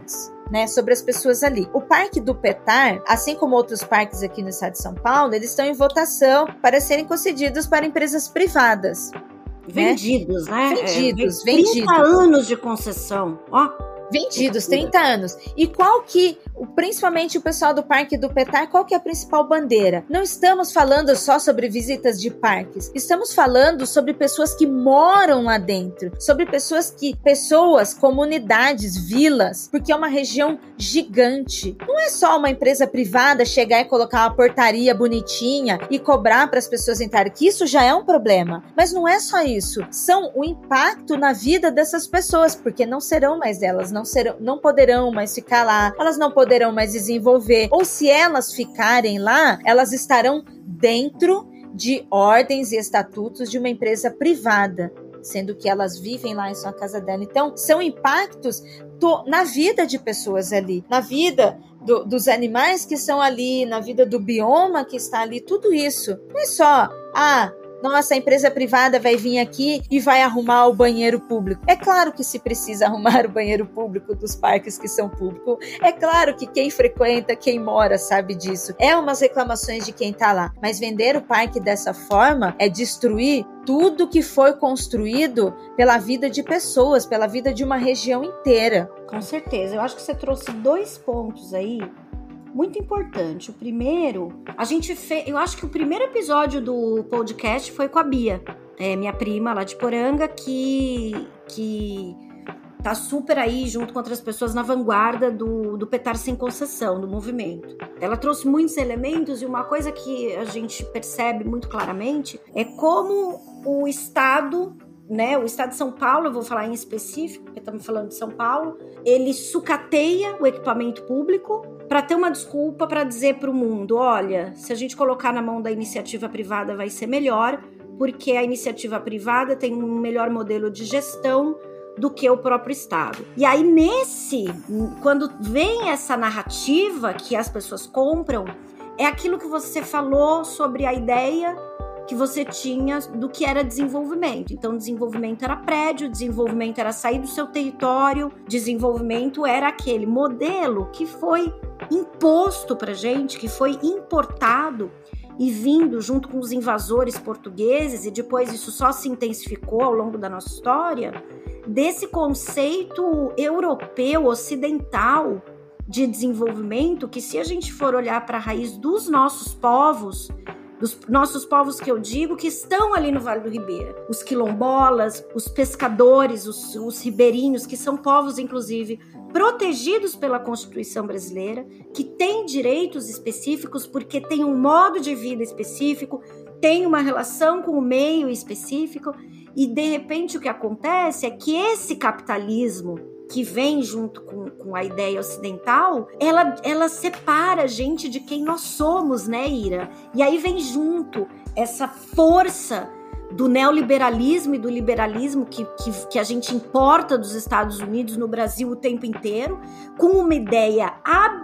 né, sobre as pessoas ali. O Parque do Petar, assim como outros parques aqui no estado de São Paulo, eles estão em votação para serem concedidos para empresas privadas. Vendidos, né? né? Vendidos, é, vendidos. trinta anos de concessão, ó. Vendidos, trinta anos. E qual que, principalmente o pessoal do Parque do Petar, qual que é a principal bandeira? Não estamos falando só sobre visitas de parques, estamos falando sobre pessoas que moram lá dentro, sobre pessoas que, pessoas, comunidades, vilas, porque é uma região gigante. Não é só uma empresa privada chegar e colocar uma portaria bonitinha e cobrar para as pessoas entrarem, que isso já é um problema. Mas não é só isso, são o impacto na vida dessas pessoas, porque não serão mais delas, não Não, serão, não poderão mais ficar lá, elas não poderão mais desenvolver, ou se elas ficarem lá, elas estarão dentro de ordens e estatutos de uma empresa privada, sendo que elas vivem lá em sua casa dela. Então, são impactos to, na vida de pessoas ali, na vida do, dos animais que estão ali, na vida do bioma que está ali, tudo isso. Não é só, ah, nossa, a empresa privada vai vir aqui e vai arrumar o banheiro público. É claro que se precisa arrumar o banheiro público dos parques que são públicos. É claro que quem frequenta, quem mora, sabe disso. É umas reclamações de quem tá lá. Mas vender o parque dessa forma é destruir tudo que foi construído pela vida de pessoas, pela vida de uma região inteira. Com certeza. Eu acho que você trouxe dois pontos aí muito importante. O primeiro, a gente fez, eu acho que o primeiro episódio do podcast foi com a Bia, é, minha prima lá de Poranga, que, que tá super aí junto com outras pessoas na vanguarda do, do Petar Sem Concessão, do movimento. Ela trouxe muitos elementos e uma coisa que a gente percebe muito claramente é como o Estado, né, o Estado de São Paulo, eu vou falar em específico, porque estamos falando de São Paulo, ele sucateia o equipamento público para ter uma desculpa para dizer para o mundo, olha, se a gente colocar na mão da iniciativa privada vai ser melhor, porque a iniciativa privada tem um melhor modelo de gestão do que o próprio Estado. E aí nesse, quando vem essa narrativa que as pessoas compram, é aquilo que você falou sobre a ideia que você tinha do que era desenvolvimento. Então, desenvolvimento era prédio, desenvolvimento era sair do seu território, desenvolvimento era aquele modelo que foi imposto pra gente, que foi importado e vindo junto com os invasores portugueses, e depois isso só se intensificou ao longo da nossa história, desse conceito europeu, ocidental de desenvolvimento, que se a gente for olhar para a raiz dos nossos povos, dos nossos povos que eu digo, que estão ali no Vale do Ribeira. Os quilombolas, os pescadores, os, os ribeirinhos, que são povos, inclusive, protegidos pela Constituição brasileira, que têm direitos específicos porque têm um modo de vida específico, têm uma relação com o meio específico, e de repente o que acontece é que esse capitalismo que vem junto com, com a ideia ocidental, ela, ela separa a gente de quem nós somos, né, Ira? E aí vem junto essa força do neoliberalismo e do liberalismo que, que, que a gente importa dos Estados Unidos no Brasil o tempo inteiro, com uma ideia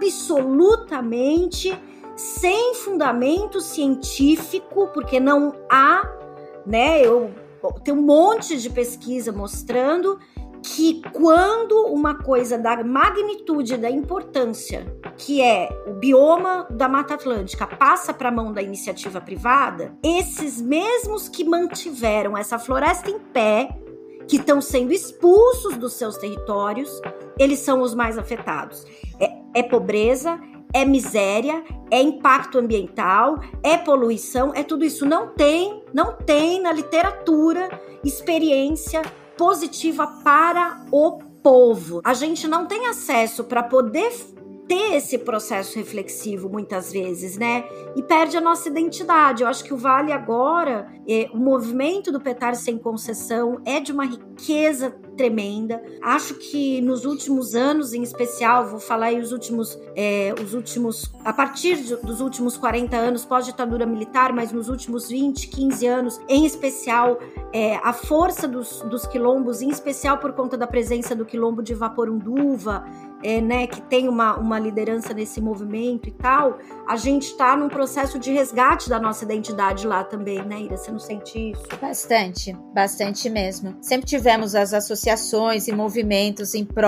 absolutamente sem fundamento científico, porque não há, né, eu, tem um monte de pesquisa mostrando que quando uma coisa da magnitude, da importância, que é o bioma da Mata Atlântica, passa para a mão da iniciativa privada, esses mesmos que mantiveram essa floresta em pé, que estão sendo expulsos dos seus territórios, eles são os mais afetados. É, é pobreza, é miséria, é impacto ambiental, é poluição, é tudo isso. Não tem, não tem na literatura experiência positiva para o povo. A gente não tem acesso para poder ter esse processo reflexivo muitas vezes, né? E perde a nossa identidade. Eu acho que o Vale agora, é, o movimento do Petar Sem Concessão é de uma riqueza tremenda. Acho que nos últimos anos, em especial, vou falar aí os últimos, é, os últimos, a partir de, dos últimos quarenta anos, pós-ditadura militar, mas nos últimos vinte, quinze anos, em especial, é, a força dos, dos quilombos, em especial por conta da presença do quilombo de Vaporunduva, é, né, que tem uma, uma liderança nesse movimento e tal, a gente está num processo de resgate da nossa identidade lá também, né, Ira? Você não sente isso? Bastante, bastante mesmo. Sempre tivemos as associações e movimentos em prol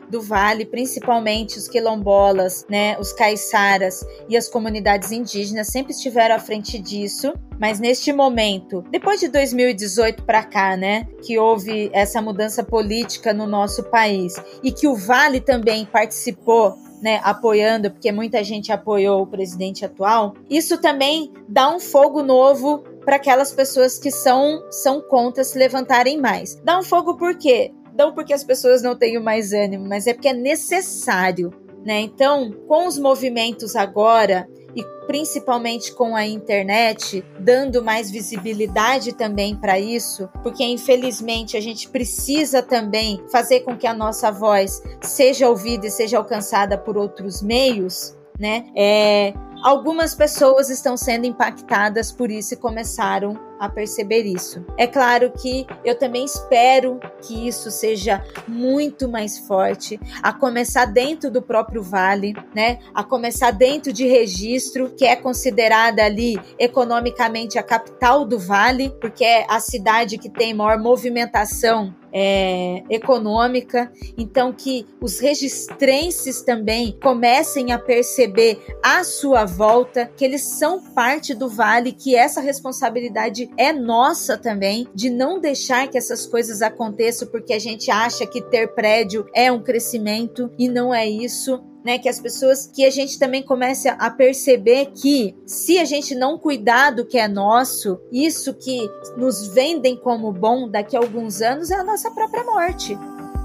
do Vale, principalmente os quilombolas, né, os caiçaras e as comunidades indígenas sempre estiveram à frente disso. Mas neste momento, depois de dois mil e dezoito para cá, né, que houve essa mudança política no nosso país e que o Vale também participou, né, apoiando, porque muita gente apoiou o presidente atual, isso também dá um fogo novo para aquelas pessoas que são, são contra se levantarem mais. Dá um fogo por quê? Não porque as pessoas não tenham mais ânimo, mas é porque é necessário, né? Então, com os movimentos agora, e principalmente com a internet, dando mais visibilidade também para isso, porque infelizmente a gente precisa também fazer com que a nossa voz seja ouvida e seja alcançada por outros meios, né? É, algumas pessoas estão sendo impactadas por isso e começaram a perceber isso. É claro que eu também espero que isso seja muito mais forte, a começar dentro do próprio Vale, né? A começar dentro de Registro, que é considerada ali economicamente a capital do Vale, porque é a cidade que tem maior movimentação É, econômica, então que os registrenses também comecem a perceber à sua volta que eles são parte do Vale, que essa responsabilidade é nossa também, de não deixar que essas coisas aconteçam porque a gente acha que ter prédio é um crescimento e não é isso. Né, que as pessoas, que a gente também comece a perceber que se a gente não cuidar do que é nosso, isso que nos vendem como bom daqui a alguns anos é a nossa própria morte.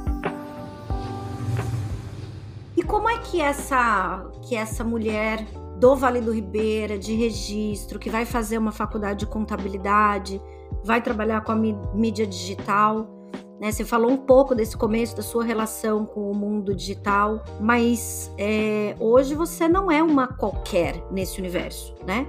E como é que essa, que essa mulher do Vale do Ribeira, de Registro, que vai fazer uma faculdade de contabilidade, vai trabalhar com a mídia digital, né? Você falou um pouco desse começo da sua relação com o mundo digital, mas é, hoje você não é uma qualquer nesse universo, né?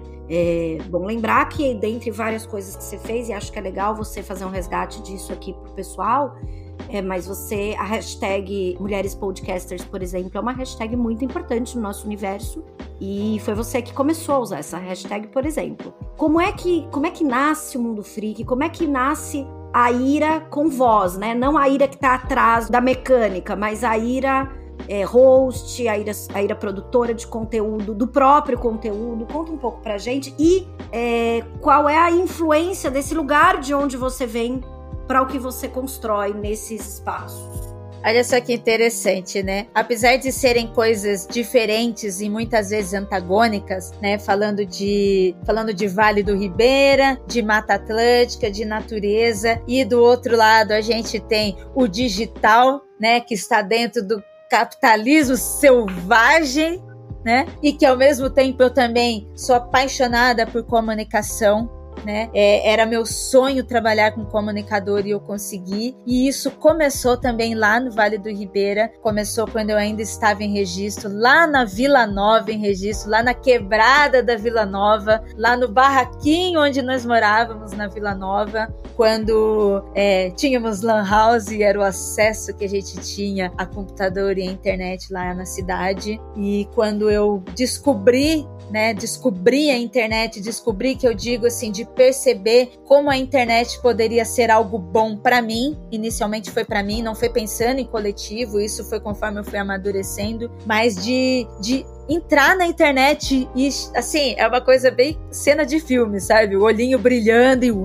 É bom lembrar que, dentre várias coisas que você fez, e acho que é legal você fazer um resgate disso aqui pro pessoal, é, mas você, a hashtag Mulheres Podcasters, por exemplo, é uma hashtag muito importante no nosso universo, e foi você que começou a usar essa hashtag, por exemplo. Como é que, como é que nasce o Mundo Freak? Como é que nasce a Ira com voz, né? Não a Ira que tá atrás da mecânica, mas a Ira é, host, a Ira, a Ira produtora de conteúdo, do próprio conteúdo. Conta um pouco pra gente. E é, qual é a influência desse lugar de onde você vem para o que você constrói nesses espaços? Olha só que interessante, né? Apesar de serem coisas diferentes e muitas vezes antagônicas, né? Falando de, falando de Vale do Ribeira, de Mata Atlântica, de natureza, e do outro lado a gente tem o digital, né? Que está dentro do capitalismo selvagem, né? E que ao mesmo tempo eu também sou apaixonada por comunicação. Né? É, era meu sonho trabalhar com comunicador e eu consegui, e isso começou também lá no Vale do Ribeira, começou quando eu ainda estava em Registro, lá na Vila Nova em Registro, lá na quebrada da Vila Nova, lá no barraquinho onde nós morávamos na Vila Nova, quando é, tínhamos lan house e era o acesso que a gente tinha a computador e a internet lá na cidade, e quando eu descobri Né, descobri a internet, descobri que eu digo assim, de perceber como a internet poderia ser algo bom para mim. Inicialmente foi para mim, não foi pensando em coletivo, isso foi conforme eu fui amadurecendo, mas de, de entrar na internet e, assim, é uma coisa bem cena de filme, sabe? O olhinho brilhando e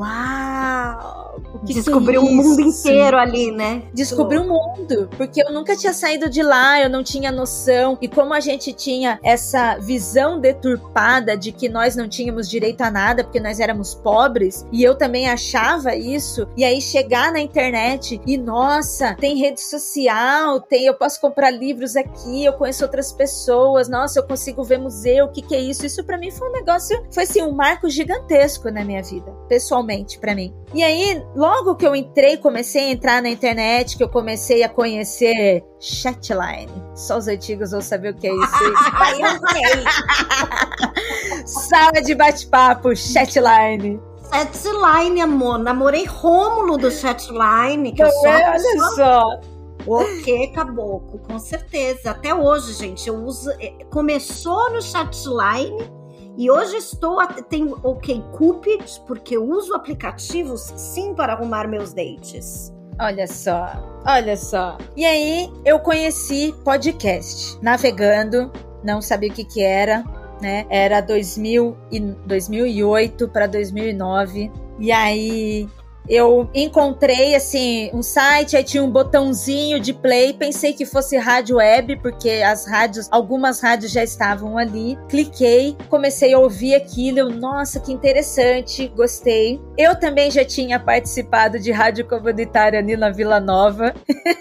uau! Que descobriu o mundo inteiro ali, né? Descobri o mundo, porque eu nunca tinha saído de lá, eu não tinha noção. E como a gente tinha essa visão deturpada de que nós não tínhamos direito a nada, porque nós éramos pobres, e eu também achava isso, e aí chegar na internet e, nossa, tem rede social, tem, eu posso comprar livros aqui, eu conheço outras pessoas, nossa, eu consigo ver museu, o que que é isso? Isso pra mim foi um negócio, foi assim, um marco gigantesco na minha vida, pessoalmente, pra mim. E aí, logo que eu entrei, comecei a entrar na internet, que eu comecei a conhecer Chatline. Só os antigos vão saber o que é isso. Aí eu sei. Sala de bate-papo, Chatline. Chatline, amor. Namorei Rômulo do Chatline. Que Não eu só, é? Olha só... só. O que, caboclo? Com certeza. Até hoje, gente, eu uso... Começou no Chatline... E hoje estou, tenho OkCupid, porque uso aplicativos sim para arrumar meus dates. Olha só, olha só. E aí eu conheci podcast, navegando, não sabia o que que era, né? Era dois mil e, dois mil e oito para dois mil e nove. E aí eu encontrei, assim, um site, aí tinha um botãozinho de play, pensei que fosse rádio web, porque as rádios, algumas rádios já estavam ali. Cliquei, comecei a ouvir aquilo, eu, nossa, que interessante, gostei. Eu também já tinha participado de rádio comunitária ali na Vila Nova.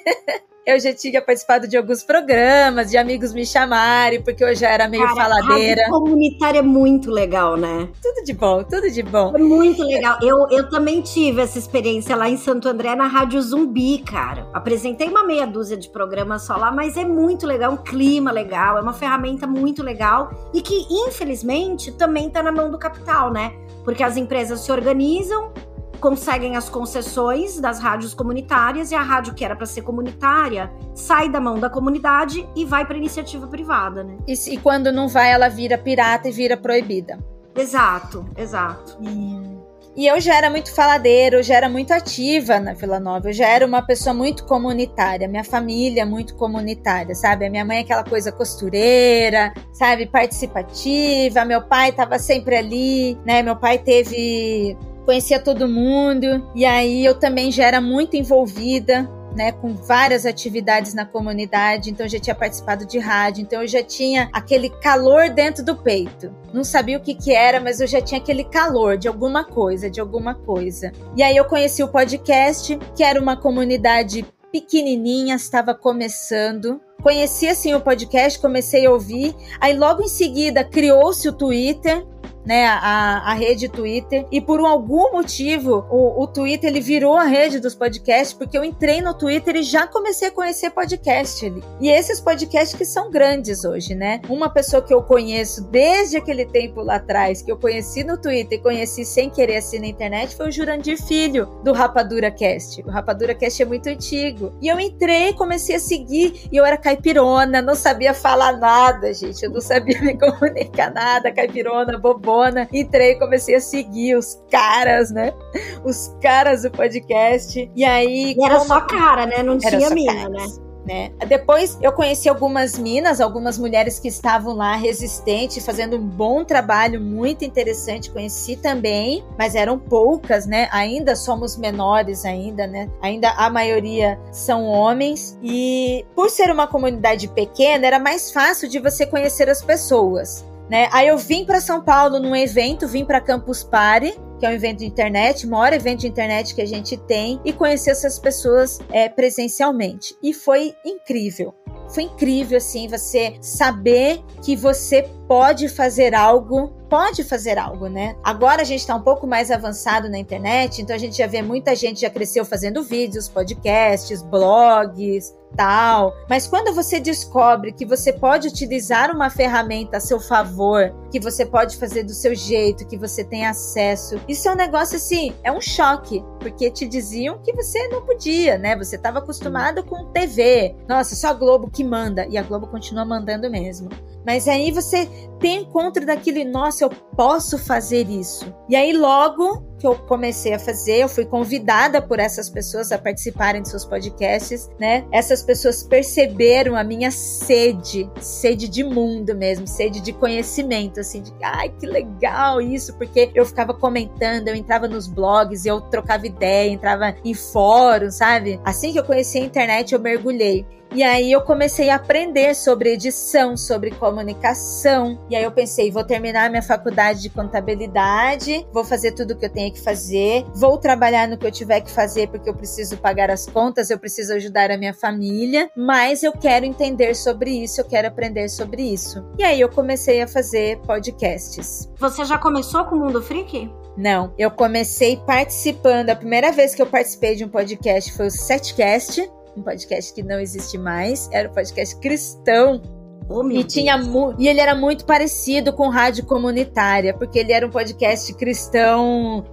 Eu já tinha participado de alguns programas, de amigos me chamarem, porque eu já era meio Cara, faladeira. A rádio comunitária é muito legal, né? Tudo de bom, tudo de bom. É muito legal. Eu, eu também tive essa experiência lá em Santo André, na Rádio Zumbi, cara. Apresentei uma meia dúzia de programas só lá, mas é muito legal, um clima legal, é uma ferramenta muito legal e que, infelizmente, também tá na mão do capital, né? Porque as empresas se organizam, conseguem as concessões das rádios comunitárias e a rádio que era para ser comunitária sai da mão da comunidade e vai para iniciativa privada, né? E, e quando não vai, ela vira pirata e vira proibida. Exato, exato. E, e eu já era muito faladeira, eu já era muito ativa na Vila Nova, eu já era uma pessoa muito comunitária, minha família muito comunitária, sabe? A minha mãe é aquela coisa costureira, sabe? Participativa, meu pai tava sempre ali, né? Meu pai teve... conhecia todo mundo, e aí eu também já era muito envolvida, né, com várias atividades na comunidade, então eu já tinha participado de rádio, então eu já tinha aquele calor dentro do peito. Não sabia o que que era, mas eu já tinha aquele calor de alguma coisa, de alguma coisa. E aí eu conheci o podcast, que era uma comunidade pequenininha, estava começando. Conheci assim o podcast, comecei a ouvir, aí logo em seguida criou-se o Twitter, né, a, a rede Twitter, e por algum motivo o, o Twitter ele virou a rede dos podcasts, porque eu entrei no Twitter e já comecei a conhecer podcast ali. E esses podcasts que são grandes hoje, né? Uma pessoa que eu conheço desde aquele tempo lá atrás, que eu conheci no Twitter e conheci sem querer assim na internet, foi o Jurandir Filho, do Rapadura Cast. O Rapadura Cast é muito antigo. E eu entrei, comecei a seguir, e eu era caipirona, não sabia falar nada, gente. Eu não sabia me comunicar nada, caipirona, bobona. Entrei, comecei a seguir os caras, né? Os caras do podcast. E aí... E era como... só cara, né? Não tinha mina, caras, né? né? Depois eu conheci algumas minas, algumas mulheres que estavam lá resistentes, fazendo um bom trabalho, muito interessante. Conheci também, mas eram poucas, né? Ainda somos menores ainda, né? Ainda a maioria são homens. E por ser uma comunidade pequena, era mais fácil de você conhecer as pessoas. Né? Aí eu vim para São Paulo num evento, vim para Campus Party, que é um evento de internet, o maior evento de internet que a gente tem, e conheci essas pessoas é, presencialmente. E foi incrível. Foi incrível, assim, você saber que você pode fazer algo, pode fazer algo, né? Agora a gente tá um pouco mais avançado na internet, então a gente já vê muita gente já cresceu fazendo vídeos, podcasts, blogs, tal. Mas quando você descobre que você pode utilizar uma ferramenta a seu favor, que você pode fazer do seu jeito, que você tem acesso, isso é um negócio assim, é um choque, porque te diziam que você não podia, né? Você estava acostumado com T V. Nossa, só a Globo que manda, e a Globo continua mandando mesmo. Mas aí você tem encontro daquilo e, nossa, eu posso fazer isso. E aí logo que eu comecei a fazer, eu fui convidada por essas pessoas a participarem de seus podcasts, né? Essas pessoas perceberam a minha sede, sede de mundo mesmo, sede de conhecimento, assim, de, ai, que legal isso, porque eu ficava comentando, eu entrava nos blogs, eu trocava ideia, entrava em fóruns, sabe? Assim que eu conheci a internet, eu mergulhei. E aí eu comecei a aprender sobre edição, sobre comunicação. E aí eu pensei, vou terminar minha faculdade de contabilidade, vou fazer tudo o que eu tenho que fazer, vou trabalhar no que eu tiver que fazer porque eu preciso pagar as contas, eu preciso ajudar a minha família, mas eu quero entender sobre isso, eu quero aprender sobre isso. E aí eu comecei a fazer podcasts. Você já começou com o Mundo Freak? Não, eu comecei participando, a primeira vez que eu participei de um podcast foi o Setcast, um podcast que não existe mais, era um podcast cristão. Oh, e, tinha mu- e ele era muito parecido com rádio comunitária, porque ele era um podcast cristão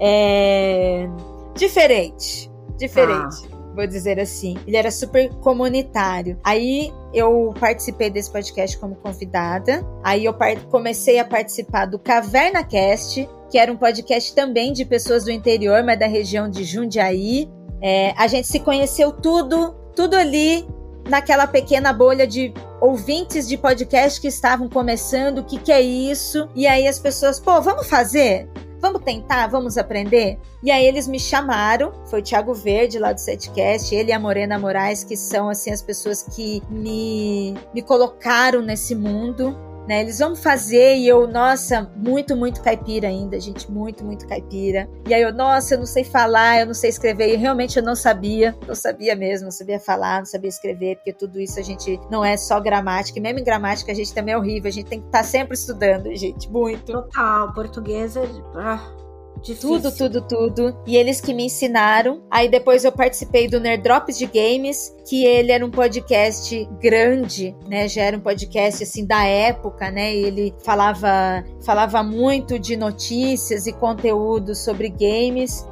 é, diferente, diferente, ah. vou dizer assim. Ele era super comunitário. Aí eu participei desse podcast como convidada, aí eu par- comecei a participar do Caverna Cast, que era um podcast também de pessoas do interior, mas da região de Jundiaí. É, a gente se conheceu tudo, tudo ali naquela pequena bolha de ouvintes de podcast que estavam começando, o que que é isso? E aí as pessoas, pô, vamos fazer? Vamos tentar? Vamos aprender? E aí eles me chamaram, foi o Thiago Verde lá do Setcast, ele e a Morena Moraes, que são assim as pessoas que me, me colocaram nesse mundo, né? Eles vão fazer e eu, nossa, muito, muito caipira ainda, gente, muito, muito caipira. E aí eu, nossa, eu não sei falar, eu não sei escrever, e realmente eu não sabia, não sabia mesmo, não sabia falar, não sabia escrever, porque tudo isso a gente não é só gramática, e mesmo em gramática a gente também é horrível, a gente tem que estar sempre estudando, gente, muito. Total, português é... Ah. Difícil. Tudo, tudo, tudo. E eles que me ensinaram. Aí depois eu participei do Nerd Drops de Games, que ele era um podcast grande, né? Já era um podcast, assim, da época, né? E ele falava, falava muito de notícias e conteúdo sobre games.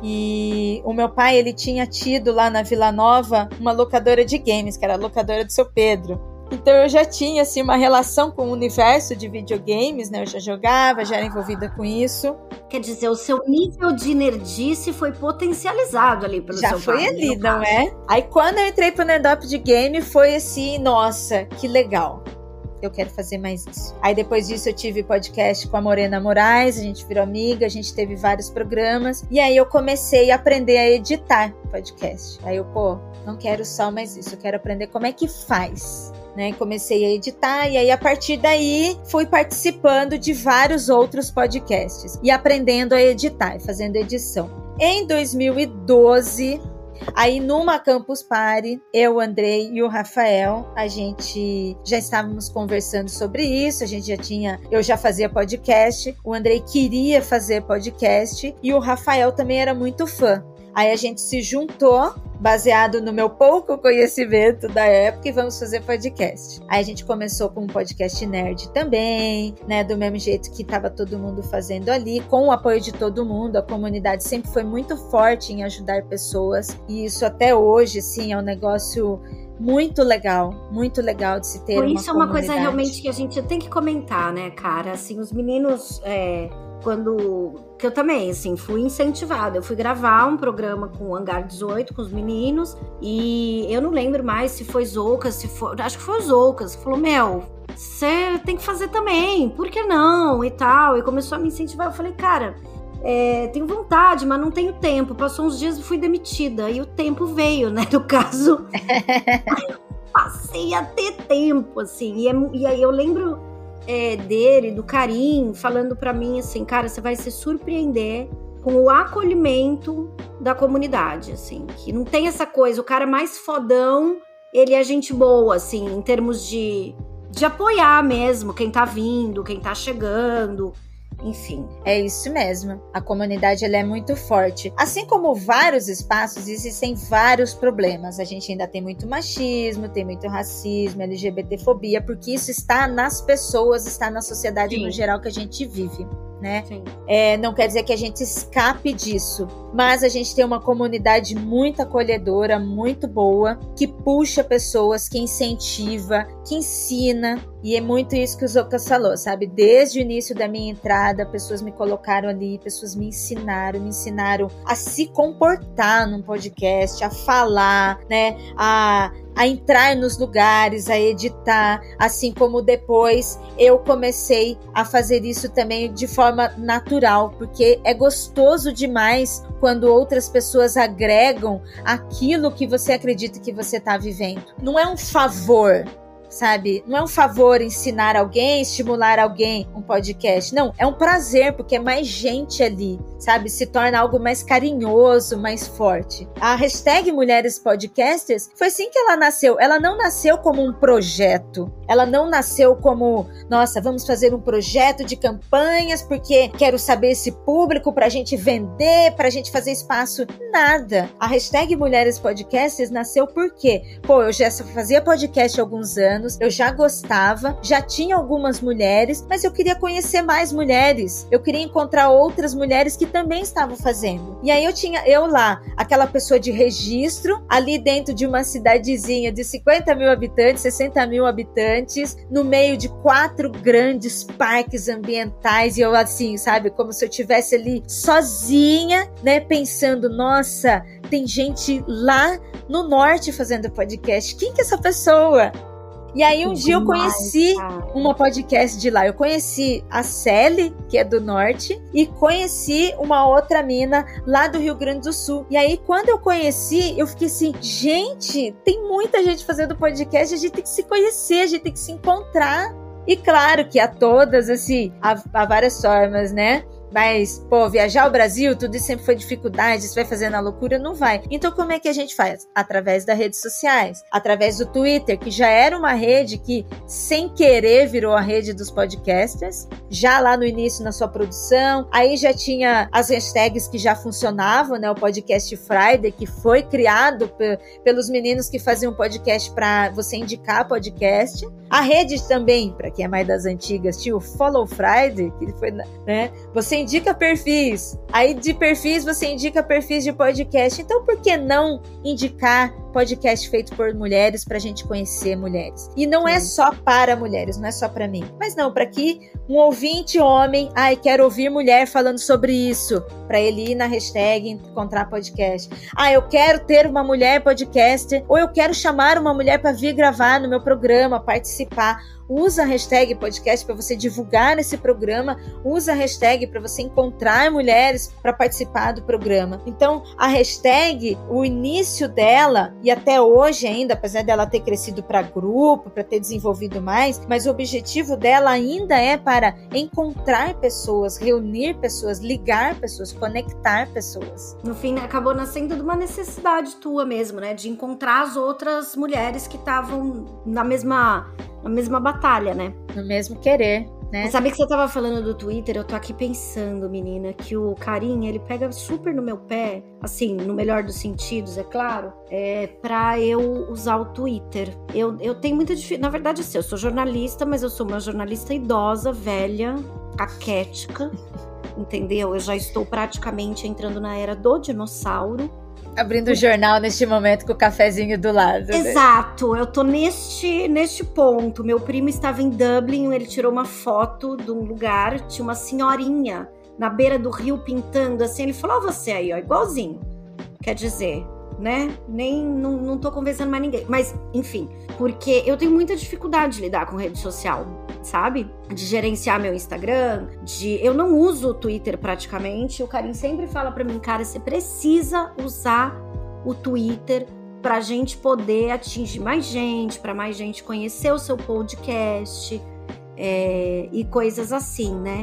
E o meu pai, ele tinha tido lá na Vila Nova uma locadora de games, que era a locadora do seu Pedro. Então eu já tinha, assim, uma relação com o universo de videogames, né? Eu já jogava, já era envolvida com isso. Quer dizer, o seu nível de nerdice foi potencializado ali pelo já seu foi pai. Já foi ali, não é? Aí quando eu entrei pro Nerdop de Game, foi assim, nossa, que legal. Eu quero fazer mais isso. Aí depois disso eu tive podcast com a Morena Moraes, a gente virou amiga, a gente teve vários programas. E aí eu comecei a aprender a editar podcast. Aí eu, pô, não quero só mais isso, eu quero aprender como é que faz. Né, comecei a editar e aí a partir daí fui participando de vários outros podcasts e aprendendo a editar, fazendo edição. Em dois mil e doze, aí numa Campus Party, eu, o Andrei e o Rafael, a gente já estávamos conversando sobre isso, a gente já tinha, eu já fazia podcast, o Andrei queria fazer podcast e o Rafael também era muito fã. Aí a gente se juntou, baseado no meu pouco conhecimento da época, e vamos fazer podcast. Aí a gente começou com um podcast nerd também, né? Do mesmo jeito que estava todo mundo fazendo ali, com o apoio de todo mundo. A comunidade sempre foi muito forte em ajudar pessoas, e isso até hoje, sim, é um negócio muito legal, muito legal de se ter uma comunidade. Isso é uma coisa realmente que a gente tem que comentar, né, cara? Assim, os meninos... É... Quando, que eu também, assim, fui incentivada. Eu fui gravar um programa com o Hangar dezoito, com os meninos, e eu não lembro mais se foi Zoucas, se foi, acho que foi o Zoucas, que falou, meu, você tem que fazer também, por que não, e tal, e começou a me incentivar. Eu falei, cara, é, tenho vontade, mas não tenho tempo. Passou uns dias e fui demitida, e o tempo veio, né, no caso, passei a ter tempo, assim, e, é, e aí eu lembro... É, dele, do Karim, falando pra mim assim, cara, você vai se surpreender com o acolhimento da comunidade, assim, que não tem essa coisa, o cara mais fodão, ele é gente boa, assim, em termos de, de apoiar mesmo quem tá vindo, quem tá chegando, enfim. É isso mesmo, a comunidade ela é muito forte. Assim como vários espaços, existem vários problemas. A gente ainda tem muito machismo, tem muito racismo, L G B T fobia, porque isso está nas pessoas, está na sociedade Sim. no geral que a gente vive. Né? É, não quer dizer que a gente escape disso, mas a gente tem uma comunidade muito acolhedora, muito boa, que puxa pessoas, que incentiva, que ensina, e é muito isso que o Zoucas falou, sabe? Desde o início da minha entrada, pessoas me colocaram ali, pessoas me ensinaram, me ensinaram a se comportar num podcast, a falar, né? A a entrar nos lugares, a editar, assim como depois eu comecei a fazer isso também de forma natural, porque é gostoso demais quando outras pessoas agregam aquilo que você acredita que você está vivendo. Não é um favor, sabe? Não é um favor ensinar alguém, estimular alguém um podcast. Não, é um prazer, porque é mais gente ali, sabe? Se torna algo mais carinhoso, mais forte. A hashtag Mulheres Podcasters foi assim que ela nasceu. Ela não nasceu como um projeto. Ela não nasceu como, nossa, vamos fazer um projeto de campanhas porque quero saber esse público pra gente vender, pra gente fazer espaço. Nada. A hashtag Mulheres Podcasters nasceu porque, pô, eu já fazia podcast há alguns anos, eu já gostava, já tinha algumas mulheres, mas eu queria conhecer mais mulheres. Eu queria encontrar outras mulheres que também estavam fazendo. E aí eu tinha, eu lá, aquela pessoa de registro, ali dentro de uma cidadezinha de cinquenta mil habitantes, sessenta mil habitantes, no meio de quatro grandes parques ambientais, e eu assim, sabe, como se eu estivesse ali sozinha, né, pensando, nossa, tem gente lá no norte fazendo podcast. Quem que é essa pessoa? E aí um dia eu conheci uma podcast de lá. Eu conheci a Celi, que é do norte, e conheci uma outra mina lá do Rio Grande do Sul. E aí quando eu conheci, eu fiquei assim, gente, tem muita gente fazendo podcast, a gente tem que se conhecer, a gente tem que se encontrar. E claro que há todas, assim, há, há várias formas, né? Mas, pô, viajar ao Brasil, tudo isso sempre foi dificuldade, isso vai fazendo a loucura, não vai. Então, como é que a gente faz? Através das redes sociais, através do Twitter, que já era uma rede que, sem querer, virou a rede dos podcasters, já lá no início na sua produção. Aí já tinha as hashtags que já funcionavam, né? O Podcast Friday, que foi criado p- pelos meninos que faziam podcast para você indicar podcast. A rede também, para quem é mais das antigas, tinha o Follow Friday, que foi, né? Você indica perfis, aí de perfis você indica perfis de podcast. Então por que não indicar podcast feito por mulheres pra gente conhecer mulheres? E não Sim. é só para mulheres, não é só pra mim, mas não, para que um ouvinte homem, ai, quero ouvir mulher falando sobre isso, pra ele ir na hashtag encontrar podcast. Ah, eu quero ter uma mulher podcaster, ou eu quero chamar uma mulher pra vir gravar no meu programa, participar. Usa a hashtag podcast para você divulgar nesse programa, usa a hashtag para você encontrar mulheres para participar do programa. Então, a hashtag, o início dela, e até hoje ainda, apesar dela ter crescido para grupo, para ter desenvolvido mais, mas o objetivo dela ainda é para encontrar pessoas, reunir pessoas, ligar pessoas, conectar pessoas. No fim, acabou nascendo de uma necessidade tua mesmo, né? De encontrar as outras mulheres que estavam na mesma... na mesma batalha, né? No mesmo querer, né? Mas sabe que você tava falando do Twitter? Eu tô aqui pensando, menina, que o Karim, ele pega super no meu pé, assim, no melhor dos sentidos, é claro, é, pra eu usar o Twitter. Eu, eu tenho muita dificuldade, na verdade, assim, eu sou jornalista, mas eu sou uma jornalista idosa, velha, caquética, entendeu? Eu já estou praticamente entrando na era do dinossauro. Abrindo o jornal neste momento com o cafezinho do lado. Exato, né? Eu tô neste, neste ponto. Meu primo estava em Dublin, ele tirou uma foto de um lugar, tinha uma senhorinha na beira do rio pintando, assim, ele falou, ó, você aí, ó, igualzinho. Quer dizer, né? Nem, não, não tô conversando mais ninguém. Mas, enfim, porque eu tenho muita dificuldade de lidar com rede social, sabe? De gerenciar meu Instagram, de... Eu não uso o Twitter praticamente, o Karim sempre fala pra mim, cara, você precisa usar o Twitter pra gente poder atingir mais gente, pra mais gente conhecer o seu podcast, é, e coisas assim, né?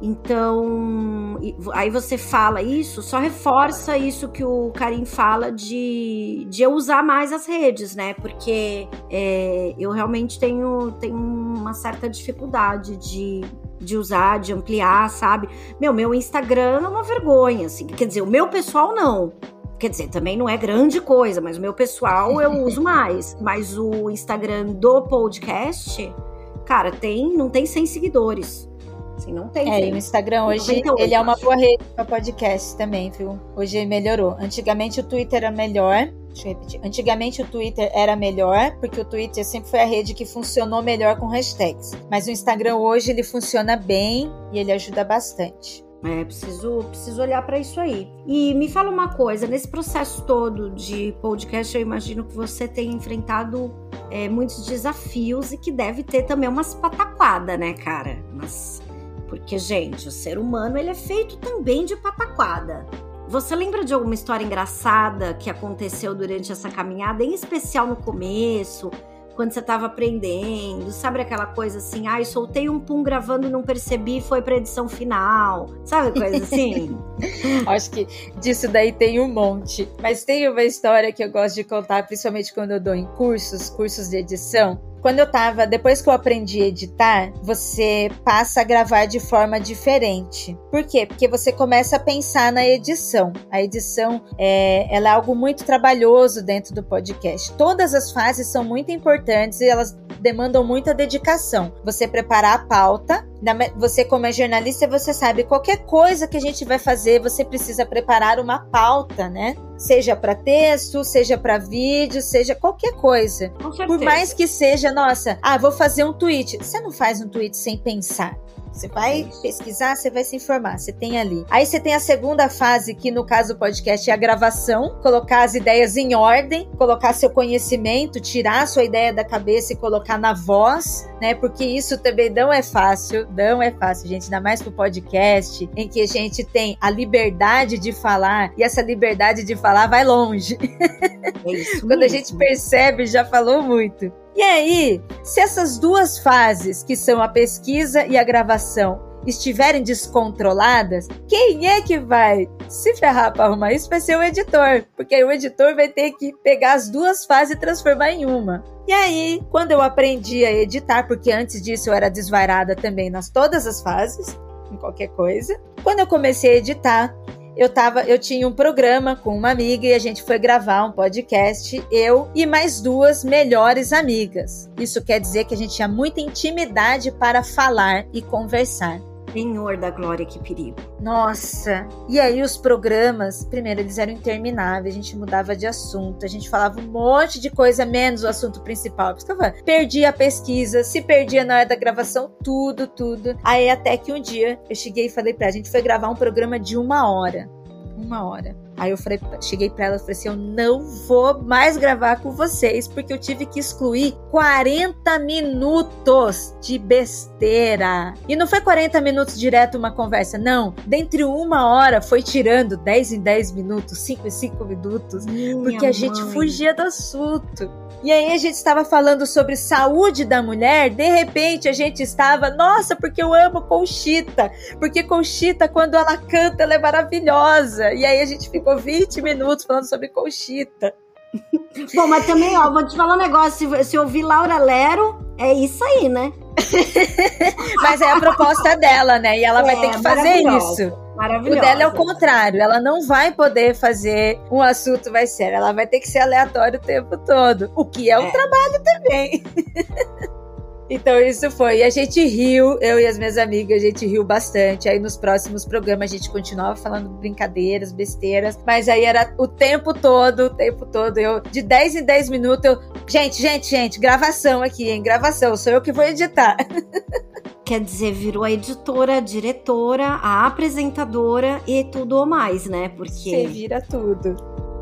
Então, aí você fala isso, só reforça isso que o Karim fala de, de eu usar mais as redes, né? Porque é, eu realmente tenho, tenho uma certa dificuldade de, de usar, de ampliar, sabe? Meu, meu Instagram é uma vergonha, assim. Quer dizer, o meu pessoal não. Quer dizer, também não é grande coisa, mas o meu pessoal eu uso mais. Mas o Instagram do podcast, cara, tem, não tem cem seguidores. Assim, não tem. É, e o Instagram hoje, noventa e oito, ele é uma boa rede para podcast também, viu? Hoje melhorou. Antigamente o Twitter era melhor. Deixa eu repetir. Antigamente o Twitter era melhor, porque o Twitter sempre foi a rede que funcionou melhor com hashtags. Mas o Instagram hoje, ele funciona bem e ele ajuda bastante. É, preciso, preciso olhar para isso aí. E me fala uma coisa, nesse processo todo de podcast, eu imagino que você tenha enfrentado é, muitos desafios e que deve ter também umas pataquadas, né, cara? Mas... Porque, gente, o ser humano, ele é feito também de pataquada. Você lembra de alguma história engraçada que aconteceu durante essa caminhada, em especial no começo, quando você estava aprendendo? Sabe aquela coisa assim, ai, ah, soltei um pum gravando e não percebi, foi pra edição final. Sabe coisa assim? Acho que disso daí tem um monte. Mas tem uma história que eu gosto de contar, principalmente quando eu dou em cursos, cursos de edição. Quando eu tava, depois que eu aprendi a editar, você passa a gravar de forma diferente. Por quê? Porque você começa a pensar na edição. A edição, é, ela é algo muito trabalhoso dentro do podcast. Todas as fases são muito importantes e elas demandam muita dedicação. Você preparar a pauta, você como é jornalista, você sabe, qualquer coisa que a gente vai fazer, você precisa preparar uma pauta, né? Seja para texto, seja para vídeo, seja qualquer coisa. Por mais que seja, nossa, ah, vou fazer um tweet. Você não faz um tweet sem pensar. Você vai pesquisar, você vai se informar, você tem ali. Aí você tem a segunda fase, que no caso do podcast é a gravação, colocar as ideias em ordem, colocar seu conhecimento, tirar a sua ideia da cabeça e colocar na voz, né? Porque isso também não é fácil, não é fácil, gente, ainda mais pro podcast, em que a gente tem a liberdade de falar, e essa liberdade de falar vai longe. É isso Quando mesmo. a gente percebe, já falou muito. E aí, se essas duas fases, que são a pesquisa e a gravação, estiverem descontroladas, quem é que vai se ferrar para arrumar isso? Vai ser o editor, porque aí o editor vai ter que pegar as duas fases e transformar em uma. E aí, quando eu aprendi a editar, porque antes disso eu era desvairada também nas todas as fases, em qualquer coisa, quando eu comecei a editar, Eu, tava, eu tinha um programa com uma amiga e a gente foi gravar um podcast, eu e mais duas melhores amigas. Isso quer dizer que a gente tinha muita intimidade para falar e conversar. Senhor da glória, que perigo. Nossa, e aí os programas, primeiro eles eram intermináveis, a gente mudava de assunto, a gente falava um monte de coisa, menos o assunto principal. Por isso que eu falei, perdia a pesquisa, se perdia na hora da gravação, tudo, tudo. Aí até que um dia eu cheguei e falei pra ela, a gente foi gravar um programa de uma hora. Uma hora. Aí eu falei, cheguei pra ela e falei assim, eu não vou mais gravar com vocês, porque eu tive que excluir quarenta minutos de besteira. E não foi quarenta minutos direto uma conversa, não. Dentre uma hora foi tirando dez em dez minutos, cinco em cinco minutos, Minha porque a mãe. gente fugia do assunto. E aí a gente estava falando sobre saúde da mulher, de repente a gente estava, nossa, porque eu amo Conchita, porque Conchita, quando ela canta, ela é maravilhosa. E aí a gente ficou vinte minutos falando sobre Conchita. Bom, mas também, ó, vou te falar um negócio, se, se eu ouvir Laura Lero, é isso aí, né? Mas é a proposta dela, né? E ela vai É, ter que fazer maravilhosa. isso. Maravilhosa. O dela é o contrário, ela não vai poder fazer um assunto mais sério, ela vai ter que ser aleatório o tempo todo, o que é um É. trabalho também. Então isso foi, e a gente riu, eu e as minhas amigas, a gente riu bastante. Aí nos próximos programas a gente continuava falando brincadeiras, besteiras, mas aí era o tempo todo, o tempo todo, eu de dez em dez minutos, eu, gente, gente, gente, gravação aqui, hein, gravação, sou eu que vou editar. Quer dizer, virou a editora, a diretora, a apresentadora e tudo ou mais, né? Você Porque vira tudo.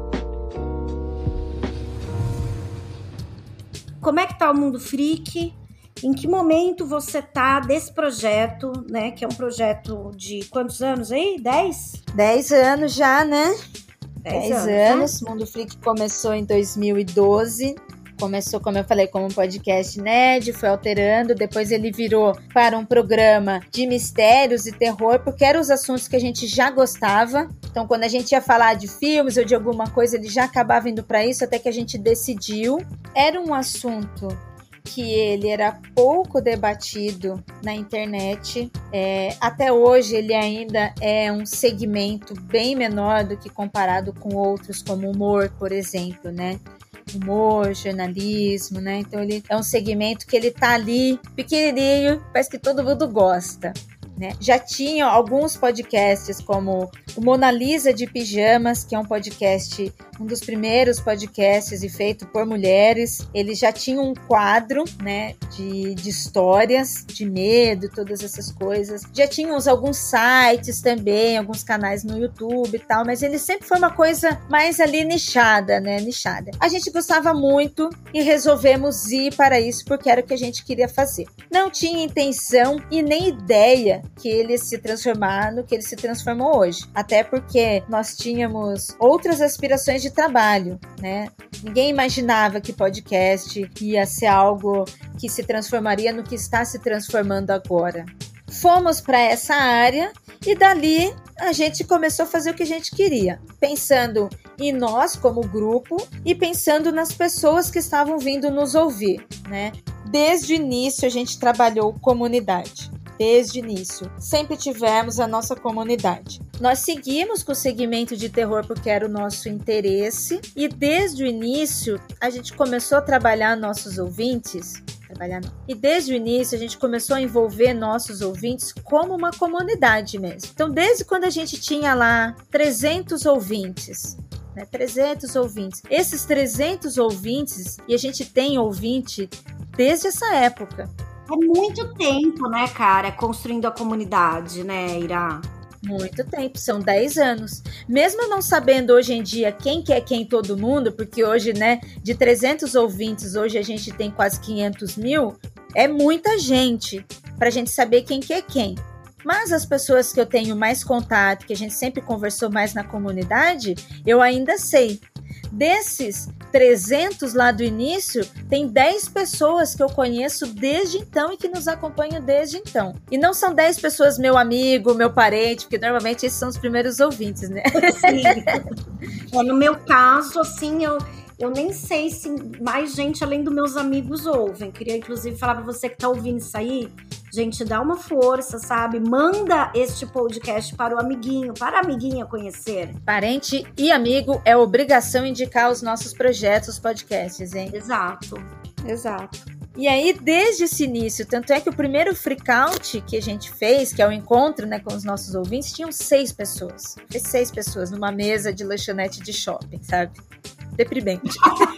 como é que tá o Mundo Freak? Em que momento você tá desse projeto, né? Que é um projeto de quantos anos aí? Dez? Dez anos já, né? Dez Dez anos, anos. Mundo Freak começou em dois mil e doze. Começou, como eu falei, como um podcast nerd, foi alterando, depois ele virou para um programa de mistérios e terror, porque eram os assuntos que a gente já gostava. Então, quando a gente ia falar de filmes ou de alguma coisa, ele já acabava indo para isso, até que a gente decidiu. Era um assunto que ele era pouco debatido na internet. É, até hoje ele ainda é um segmento bem menor do que comparado com outros, como humor, por exemplo, né? Humor, jornalismo, né? Então ele é um segmento que ele tá ali pequenininho, parece que todo mundo gosta, né? Já tinha alguns podcasts como o Mona Lisa de Pijamas, que é um podcast, um dos primeiros podcasts e feito por mulheres. Ele já tinha um quadro, né, de, de histórias, de medo, todas essas coisas. Já tinha uns, alguns sites também, alguns canais no YouTube e tal, mas ele sempre foi uma coisa mais ali nichada, né, nichada. A gente gostava muito e resolvemos ir para isso porque era o que a gente queria fazer. Não tinha intenção e nem ideia que ele se transformar no que ele se transformou hoje. Até porque nós tínhamos outras aspirações de trabalho, né? Ninguém imaginava que podcast ia ser algo que se transformaria no que está se transformando agora. Fomos para essa área e dali a gente começou a fazer o que a gente queria, pensando em nós como grupo e pensando nas pessoas que estavam vindo nos ouvir, né? Desde o início a gente trabalhou comunidade. Desde o início, sempre tivemos a nossa comunidade. Nós seguimos com o segmento de terror porque era o nosso interesse e desde o início a gente começou a trabalhar nossos ouvintes, trabalhar não. E desde o início a gente começou a envolver nossos ouvintes como uma comunidade mesmo. Então desde quando a gente tinha lá trezentos ouvintes, né, trezentos ouvintes, esses trezentos ouvintes, e a gente tem ouvinte desde essa época. É muito tempo, né, cara, construindo a comunidade, né, Ira? Muito tempo, são dez anos. Mesmo não sabendo hoje em dia quem que é quem todo mundo, porque hoje, né, de trezentos ouvintes, hoje a gente tem quase quinhentos mil, é muita gente pra gente saber quem que é quem. Mas as pessoas que eu tenho mais contato, que a gente sempre conversou mais na comunidade, eu ainda sei. Desses trezentos lá do início, tem dez pessoas que eu conheço desde então e que nos acompanham desde então. E não são dez pessoas meu amigo, meu parente, porque normalmente esses são os primeiros ouvintes, né? Sim. É, no meu caso, assim, eu, eu nem sei se mais gente além dos meus amigos ouvem. Queria, inclusive, falar pra você que tá ouvindo isso aí. Gente, dá uma força, sabe? Manda este podcast para o amiguinho, para a amiguinha conhecer. Parente e amigo, é obrigação indicar os nossos projetos, os podcasts, hein? Exato, exato. E aí, desde esse início, tanto é que o primeiro freakout que a gente fez, que é o encontro, né, com os nossos ouvintes, tinham seis pessoas. Fez seis pessoas numa mesa de lanchonete de shopping, sabe? Deprimente.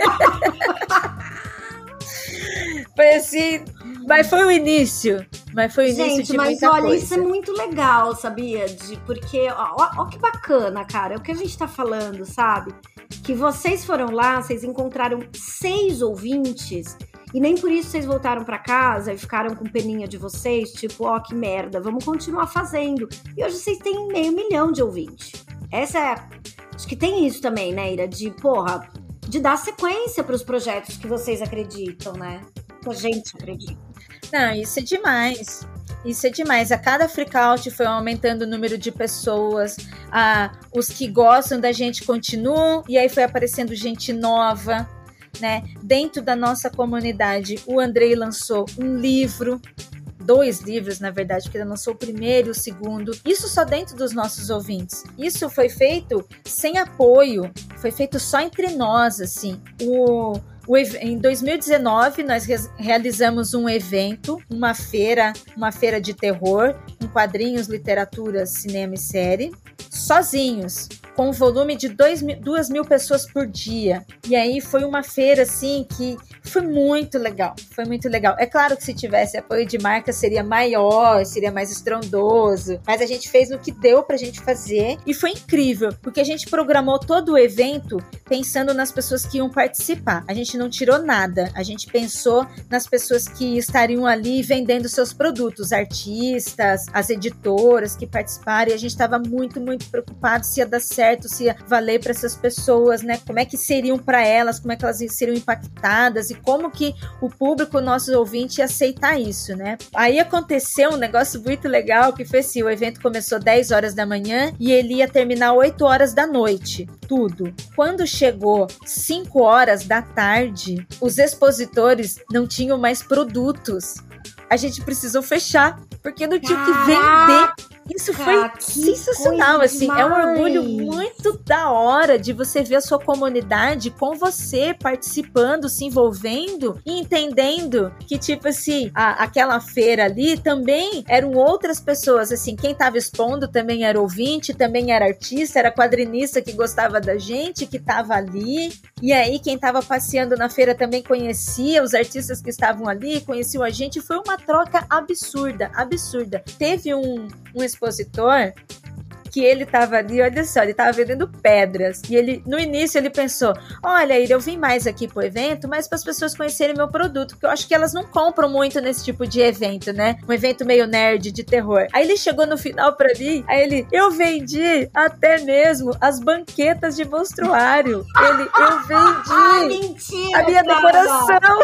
Foi assim, mas foi o início. Mas foi o início Gente, de mas muita olha, coisa. isso é muito legal, sabia? De, porque, ó, ó, ó que bacana, cara. É o que a gente tá falando, sabe? Que vocês foram lá, vocês encontraram seis ouvintes e nem por isso vocês voltaram pra casa e ficaram com peninha de vocês, tipo, ó, que merda, vamos continuar fazendo. E hoje vocês têm meio milhão de ouvintes. Essa é... Acho que tem isso também, né, Ira? De, porra, de dar sequência pros projetos que vocês acreditam, né? Que a gente acredita. Não, isso é demais. Isso é demais. A cada freakout foi aumentando o número de pessoas. Ah, os que gostam da gente continuam. E aí foi aparecendo gente nova, né? Dentro da nossa comunidade, o Andrei lançou um livro. Dois livros, na verdade, porque ele lançou o primeiro e o segundo. Isso só dentro dos nossos ouvintes. Isso foi feito sem apoio. Foi feito só entre nós, assim. O... O, em dois mil e dezenove, nós re- realizamos um evento, uma feira, uma feira de terror, com quadrinhos, literatura, cinema e série, sozinhos, com um volume de dois mil, duas mil pessoas por dia. E aí foi uma feira, assim, que foi muito legal, foi muito legal. É claro que se tivesse apoio de marca seria maior, seria mais estrondoso, mas a gente fez o que deu pra gente fazer e foi incrível, porque a gente programou todo o evento pensando nas pessoas que iam participar. A gente não tirou nada, a gente pensou nas pessoas que estariam ali vendendo seus produtos, artistas, as editoras que participaram, e a gente estava muito, muito preocupado se ia dar certo, se ia valer para essas pessoas, né? Como é que seriam para elas, como é que elas seriam impactadas e como que o público, o nosso ouvinte, ia aceitar isso, né? Aí aconteceu um negócio muito legal, que foi assim, o evento começou dez horas da manhã e ele ia terminar oito horas da noite, tudo. Quando chegou cinco horas da tarde, os expositores não tinham mais produtos. A gente precisou fechar, porque não tinha o que vender. Isso foi ah, sensacional, assim, demais. É um orgulho muito da hora de você ver a sua comunidade com você participando, se envolvendo e entendendo que, tipo assim, a, aquela feira ali também eram outras pessoas, assim, quem tava expondo também era ouvinte, também era artista, era quadrinista que gostava da gente, que tava ali, e aí quem tava passeando na feira também conhecia os artistas que estavam ali, conheciam a gente, foi uma troca absurda, absurda. Teve um, um expositor que ele tava ali, olha só, ele tava vendendo pedras, e ele, no início ele pensou, olha, Ira, eu vim mais aqui pro evento, mas para as pessoas conhecerem meu produto, porque eu acho que elas não compram muito nesse tipo de evento, né, um evento meio nerd, de terror. Aí ele chegou no final pra mim, aí ele, eu vendi até mesmo as banquetas de monstruário, ele, eu vendi ah, mentira, a minha decoração.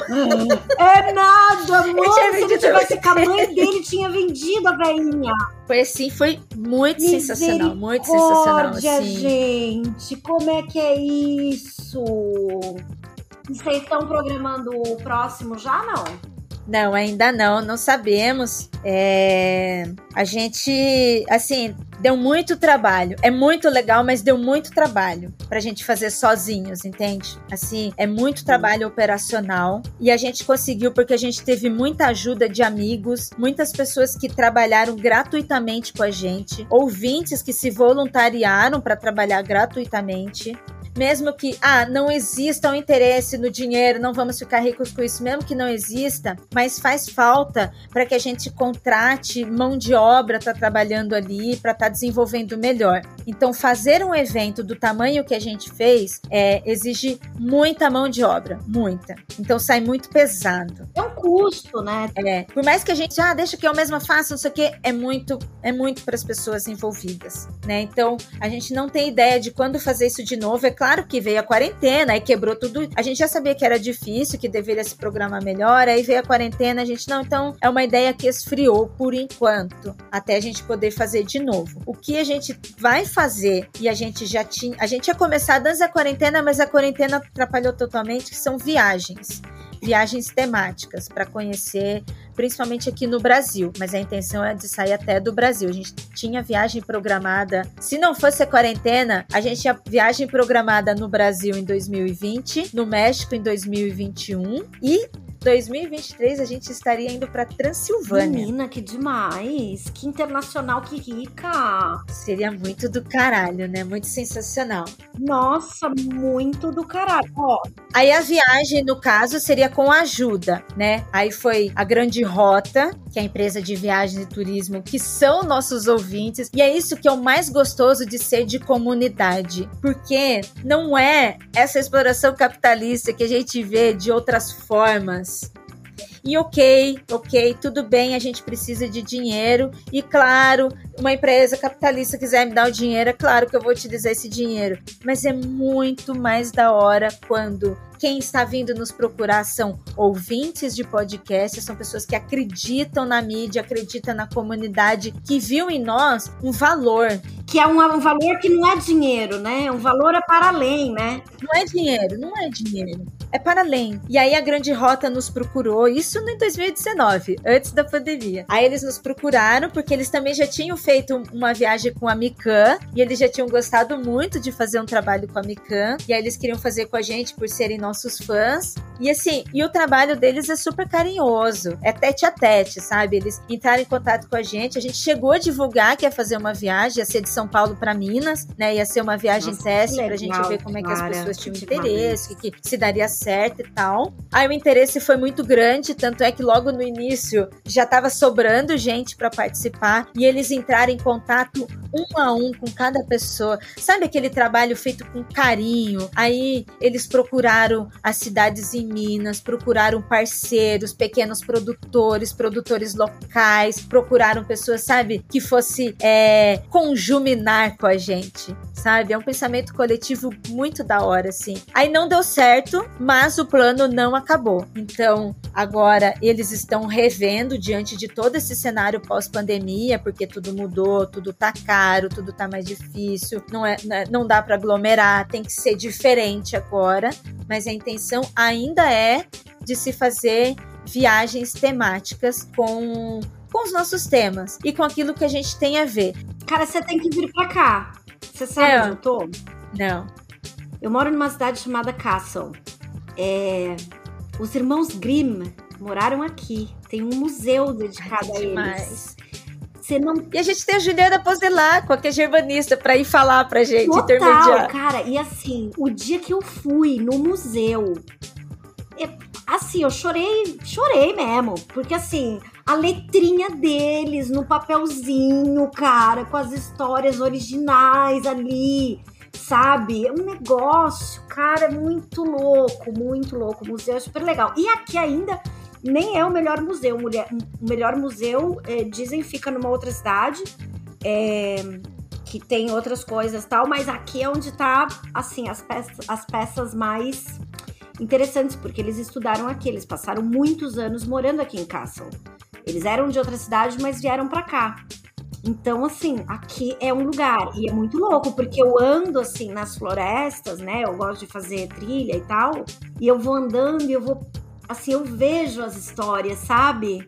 É nada, amor, se ele tivesse a com a mãe dele, tinha vendido a velhinha. Foi assim, foi muito sensacional, muito sensacional, assim. Gente, como é que é isso? Vocês estão programando o próximo já, não? Não, ainda não, não sabemos. É... A gente, assim, deu muito trabalho. É muito legal, mas deu muito trabalho pra gente fazer sozinhos, entende? Assim, é muito trabalho operacional. E a gente conseguiu porque a gente teve muita ajuda de amigos, muitas pessoas que trabalharam gratuitamente com a gente, ouvintes que se voluntariaram para trabalhar gratuitamente. mesmo que ah, não exista um interesse no dinheiro, não vamos ficar ricos com isso, mesmo que não exista, mas faz falta para que a gente contrate mão de obra, tá trabalhando ali, para estar tá desenvolvendo melhor. Então, fazer um evento do tamanho que a gente fez é, exige muita mão de obra, muita. Então, sai muito pesado. É um custo, né? É, por mais que a gente, ah, deixa que eu mesma faça, não sei o quê, é muito, é muito para as pessoas envolvidas, né? Então, a gente não tem ideia de quando fazer isso de novo. É claro que veio a quarentena, aí quebrou tudo. A gente já sabia que era difícil, que deveria se programar melhor, aí veio a quarentena, a gente não, então é uma ideia que esfriou por enquanto, até a gente poder fazer de novo. O que a gente vai fazer, e a gente já tinha, a gente ia começar antes da quarentena, mas a quarentena atrapalhou totalmente, que são viagens. Viagens temáticas para conhecer, principalmente aqui no Brasil, mas a intenção é de sair até do Brasil. A gente tinha viagem programada, se não fosse a quarentena, a gente tinha viagem programada no Brasil em dois mil e vinte, no México em dois mil e vinte e um e dois mil e vinte e três a gente estaria indo pra Transilvânia. Menina, que demais! Que internacional, que rica! Seria muito do caralho, né? Muito sensacional. Nossa, muito do caralho. Ó. Aí a viagem, no caso, seria com ajuda, né? Aí foi a Grande Rota, que é a empresa de viagens e turismo, que são nossos ouvintes. E é isso que é o mais gostoso de ser de comunidade. Porque não é essa exploração capitalista que a gente vê de outras formas. E ok, ok, tudo bem, a gente precisa de dinheiro e claro, uma empresa capitalista quiser me dar o dinheiro, é claro que eu vou utilizar esse dinheiro, mas é muito mais da hora quando quem está vindo nos procurar são ouvintes de podcast, são pessoas que acreditam na mídia, acreditam na comunidade, que viu em nós um valor. Que é um, um valor que não é dinheiro, né? Um valor é para além, né? Não é dinheiro, não é dinheiro. É para além. E aí a Grande Rota nos procurou, isso no dois mil e dezenove, antes da pandemia. Aí eles nos procuraram porque eles também já tinham feito uma viagem com a Mikan e eles já tinham gostado muito de fazer um trabalho com a Mikan. E aí eles queriam fazer com a gente por serem nossos fãs. E assim, e o trabalho deles é super carinhoso. É tete a tete, sabe? Eles entraram em contato com a gente. A gente chegou a divulgar que ia fazer uma viagem, ia ser de São Paulo para Minas, né? Ia ser uma viagem Nossa, teste legal, pra gente ver como é que as pessoas tinham interesse, que, que se daria certo e tal. Aí o interesse foi muito grande, tanto é que logo no início já tava sobrando gente para participar e eles entraram em contato um a um com cada pessoa. Sabe aquele trabalho feito com carinho? Aí eles procuraram as cidades em Minas, procuraram parceiros, pequenos produtores, produtores locais, procuraram pessoas, sabe, que fosse é, conjuminar com a gente, sabe? É um pensamento coletivo muito da hora, assim. Aí não deu certo, mas o plano não acabou. Então, agora eles estão revendo diante de todo esse cenário pós-pandemia, porque tudo mudou, tudo tá caro, tudo tá mais difícil, não, é, não dá para aglomerar, tem que ser diferente agora, mas a intenção ainda é de se fazer viagens temáticas com, com os nossos temas e com aquilo que a gente tem a ver. Cara, você tem que vir pra cá. Você sabe é. onde eu tô? Não. Eu moro numa cidade chamada Kassel. É... Os irmãos Grimm moraram aqui. Tem um museu dedicado Ai, a eles. Você não... E a gente tem a Juliana Pozelaco, que é germanista, pra ir falar pra gente, Total, intermediar. Cara, e assim, o dia que eu fui no museu, eu, assim, eu chorei, chorei mesmo, porque assim, a letrinha deles no papelzinho, cara, com as histórias originais ali, sabe? É um negócio, cara, muito louco, muito louco, o museu é super legal. E aqui ainda... nem é o melhor museu. O melhor museu, é, dizem, fica numa outra cidade, é, que tem outras coisas e tal, mas aqui é onde tá, assim, as peças, as peças mais interessantes, porque eles estudaram aqui, eles passaram muitos anos morando aqui em Kassel. Eles eram de outra cidade, mas vieram pra cá. Então, assim, aqui é um lugar, e é muito louco, porque eu ando, assim, nas florestas, né, eu gosto de fazer trilha e tal, e eu vou andando e eu vou... assim, eu vejo as histórias, sabe?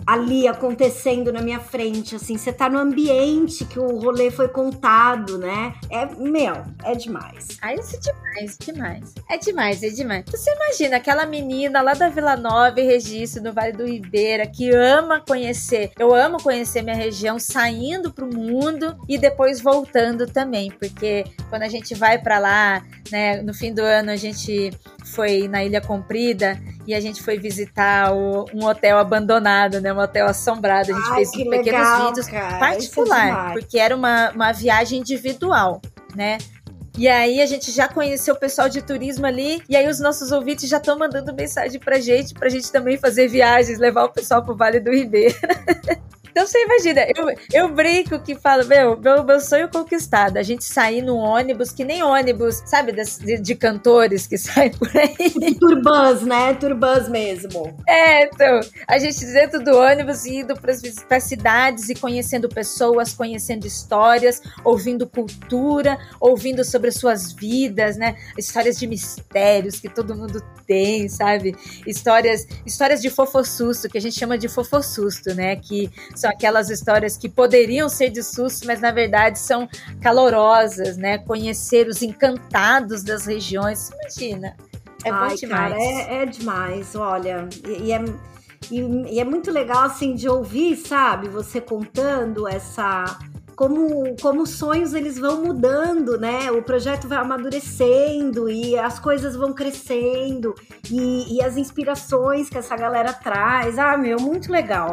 ali acontecendo na minha frente, assim, você tá no ambiente que o rolê foi contado, né? É, meu, é demais. Ah, isso é demais, demais. É demais, é demais. Você imagina aquela menina lá da Vila Nova e Registro, no Vale do Ribeira, que ama conhecer, eu amo conhecer minha região, saindo pro mundo e depois voltando também, porque quando a gente vai pra lá, né, no fim do ano a gente foi na Ilha Comprida e a gente foi visitar o, um hotel abandonado, né, um hotel assombrado. A gente Ai, fez que pequenos legal, vídeos cara. particular, É porque era uma, uma viagem individual, né? E aí a gente já conheceu o pessoal de turismo ali, e aí os nossos ouvintes já estão mandando mensagem pra gente, pra gente também fazer viagens, levar o pessoal pro Vale do Ribeira. Então você imagina, eu, eu brinco que falo, meu, meu, meu sonho conquistado, a gente sair num ônibus, que nem ônibus, sabe, de, de cantores que saem por aí. Turbans, né? Turbans mesmo. É, então, a gente dentro do ônibus indo para cidades e conhecendo pessoas, conhecendo histórias, ouvindo cultura, ouvindo sobre suas vidas, né? Histórias de mistérios que todo mundo tem, sabe? Histórias, histórias de fofossusto, que a gente chama de fofossusto, né? Que são aquelas histórias que poderiam ser de susto, mas na verdade são calorosas, né? Conhecer os encantados das regiões, imagina. É Ai, bom demais. Cara, é, é demais, olha. E, e, é, e, e é muito legal, assim, de ouvir, sabe? Você contando essa... Como, como os sonhos, eles vão mudando, né? O projeto vai amadurecendo e as coisas vão crescendo. E, e as inspirações que essa galera traz. Ah, meu, muito legal.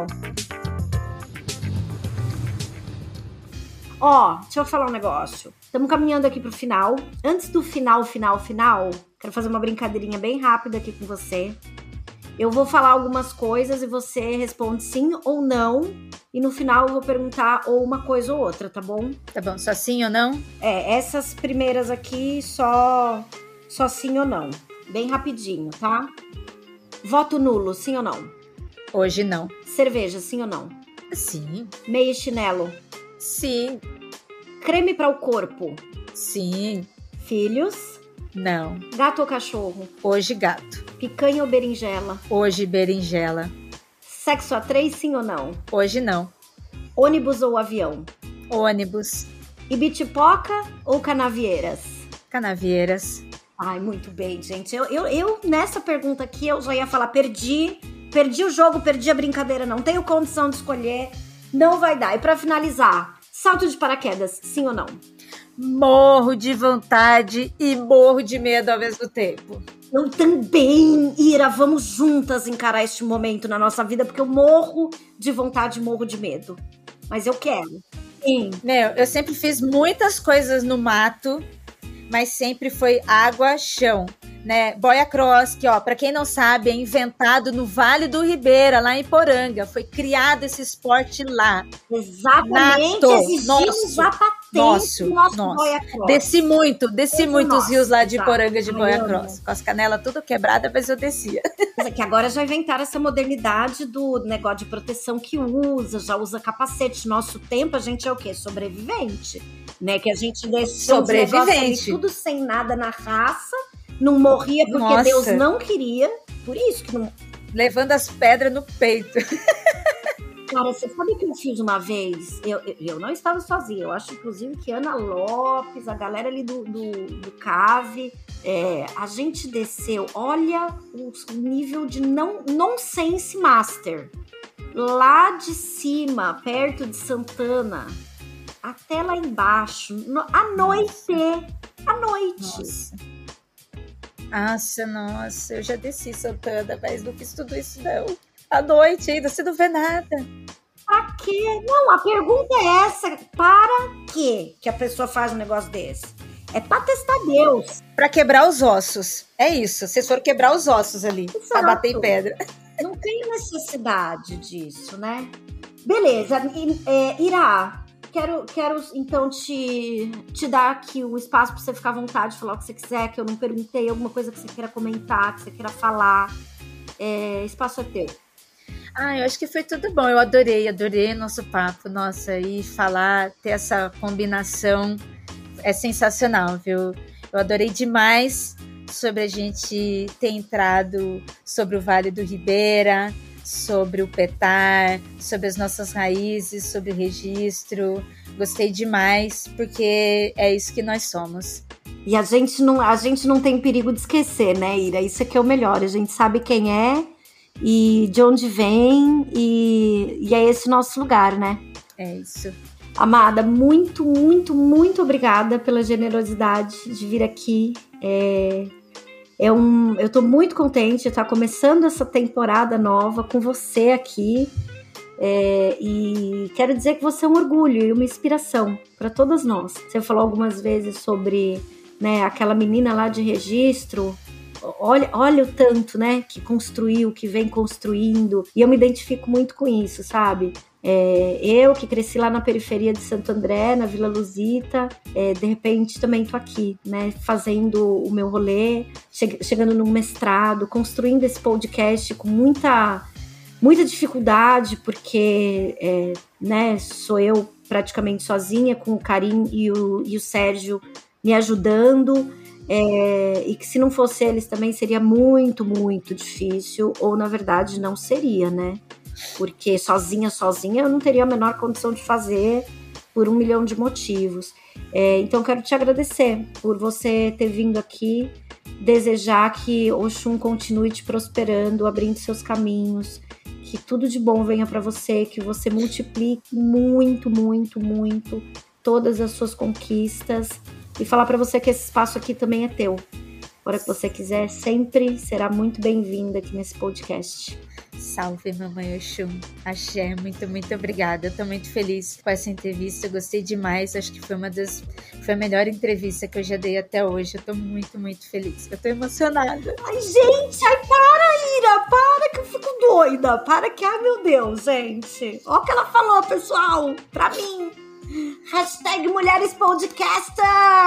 Ó, deixa eu falar um negócio. Estamos caminhando aqui pro final. Antes do final, final, final, quero fazer uma brincadeirinha bem rápida aqui com você. Eu vou falar algumas coisas e você responde sim ou não. E no final eu vou perguntar ou uma coisa ou outra, tá bom? Tá bom, só sim ou não? É, essas primeiras aqui só, só sim ou não. Bem rapidinho, tá? Voto nulo, sim ou não? Hoje não. Cerveja, sim ou não? Sim. Meia e chinelo? Sim. Creme para o corpo? Sim. Filhos? Não. Gato ou cachorro? Hoje gato. Picanha ou berinjela? Hoje berinjela. Sexo a três, sim ou não? Hoje não. Ônibus ou avião? Ônibus. Ibitipoca ou Canavieiras? Canavieiras. Ai, muito bem, gente. Eu, eu, eu, nessa pergunta aqui, eu já ia falar, perdi, perdi o jogo, perdi a brincadeira, não tenho condição de escolher, não vai dar. E pra finalizar, salto de paraquedas, sim ou não? Morro de vontade e morro de medo ao mesmo tempo. Eu também, Ira, vamos juntas encarar este momento na nossa vida, porque eu morro de vontade, morro de medo. Mas eu quero. Sim. Meu, eu sempre fiz muitas coisas no mato, mas sempre foi água, chão, né? Boia cross, que ó, pra quem não sabe, é inventado no Vale do Ribeira, lá em Poranga. Foi criado esse esporte lá. Exatamente, Nato. exigimos a patente Nosso, do nosso nosso. boia cross. Desci muito, desci Todo muitos nosso, rios lá de exato. Poranga de Ai, boia amo. cross. Com as canelas tudo quebradas, mas eu descia. Mas é que agora já inventaram essa modernidade do negócio de proteção que usa, já usa capacete. Nosso tempo, a gente é o quê? Sobrevivente. Né? Que a gente desceu os negócios ali, tudo sem nada na raça, não morria porque Nossa. Deus não queria. Por isso que não... Levando as pedras no peito. Cara, você sabe que eu fiz uma vez? Eu, eu, eu não estava sozinha. Eu acho, inclusive, que Ana Lopes, a galera ali do, do, do Cave, é, a gente desceu. Olha o nível de não, nonsense master. Lá de cima, perto de Santana, até lá embaixo, no, à noite. À noite. Nossa. Nossa, nossa, eu já desci Santana, mas não fiz tudo isso, não. À noite ainda, você não vê nada. Pra quê? Não, a pergunta é essa. Para quê que a pessoa faz um negócio desse? É pra testar Deus. Pra quebrar os ossos. É isso, vocês foram quebrar os ossos ali, Exato. pra bater em pedra. Não tem necessidade disso, né? Beleza, é, Ira, quero, quero então te, te dar aqui o espaço pra você ficar à vontade, falar o que você quiser, que eu não perguntei, alguma coisa que você queira comentar, que você queira falar. É, espaço é teu. Ah, eu acho que foi tudo bom. Eu adorei, adorei nosso papo. Nossa, e falar, ter essa combinação é sensacional, viu? Eu adorei demais sobre a gente ter entrado sobre o Vale do Ribeira, sobre o petar, sobre as nossas raízes, sobre o registro. Gostei demais, porque é isso que nós somos. E a gente não, a gente não tem perigo de esquecer, né, Ira? Isso aqui é o melhor. A gente sabe quem é e de onde vem, e, e é esse nosso lugar, né? É isso. Amada, muito, muito, muito obrigada pela generosidade de vir aqui. É, é um, eu tô muito contente de estar começando essa temporada nova com você aqui. É, e quero dizer que você é um orgulho e uma inspiração para todas nós. Você falou algumas vezes sobre, né, aquela menina lá de registro. Olha, olha o tanto, né, que construiu, que vem construindo. E eu me identifico muito com isso, sabe? É, eu que cresci lá na periferia de Santo André, na Vila Luzita, é, de repente também tô aqui, né, fazendo o meu rolê, che- chegando no mestrado, construindo esse podcast com muita, muita dificuldade, porque é, né, sou eu praticamente sozinha, com o Karim e o, e o Sérgio me ajudando, é, e que se não fosse eles também seria muito, muito difícil, ou na verdade não seria, né? Porque sozinha, sozinha eu não teria a menor condição de fazer por um milhão de motivos. É, então quero te agradecer por você ter vindo aqui, desejar que Oxum continue te prosperando, abrindo seus caminhos, que tudo de bom venha para você, que você multiplique muito, muito, muito todas as suas conquistas, e falar para você que esse espaço aqui também é teu. A hora que você quiser, sempre será muito bem-vinda aqui nesse podcast. Salve, mamãe Oxum. Axé, muito, muito obrigada. Eu tô muito feliz com essa entrevista, eu gostei demais. Acho que foi uma das... Foi a melhor entrevista que eu já dei até hoje. Eu tô muito, muito feliz. Eu tô emocionada. Ai, gente, ai, para, Ira, para que eu fico doida. Para que, ai, meu Deus, gente. Olha o que ela falou, pessoal, pra mim. Hashtag Mulheres Podcasters.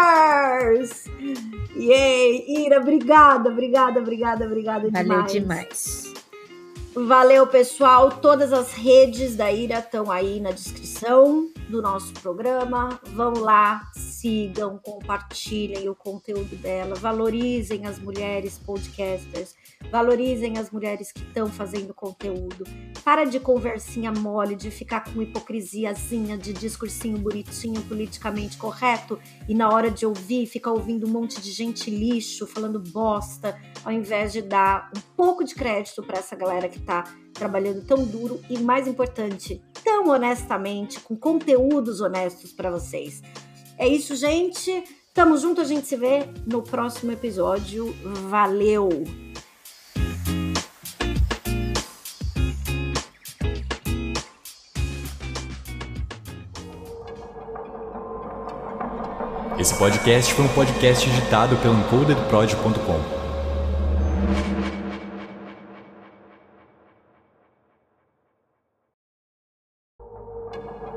Yay, Ira, obrigada, obrigada, obrigada, obrigada demais. Valeu demais. Valeu, pessoal. Todas as redes da Ira estão aí na descrição do nosso programa. Vão lá, sigam, compartilhem o conteúdo dela, valorizem as mulheres podcasters, valorizem as mulheres que estão fazendo conteúdo. Para de conversinha mole, de ficar com hipocrisiazinha, de discursinho bonitinho, politicamente correto, e na hora de ouvir, fica ouvindo um monte de gente lixo, falando bosta, ao invés de dar um pouco de crédito para essa galera que tá trabalhando tão duro e, mais importante, tão honestamente, com conteúdos honestos para vocês. É isso, gente. Tamo junto, a gente se vê no próximo episódio. Valeu! Esse podcast foi um podcast editado pelo encoded prod ponto com.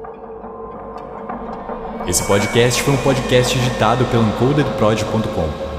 Esse podcast foi um podcast editado pelo encoded prod ponto com.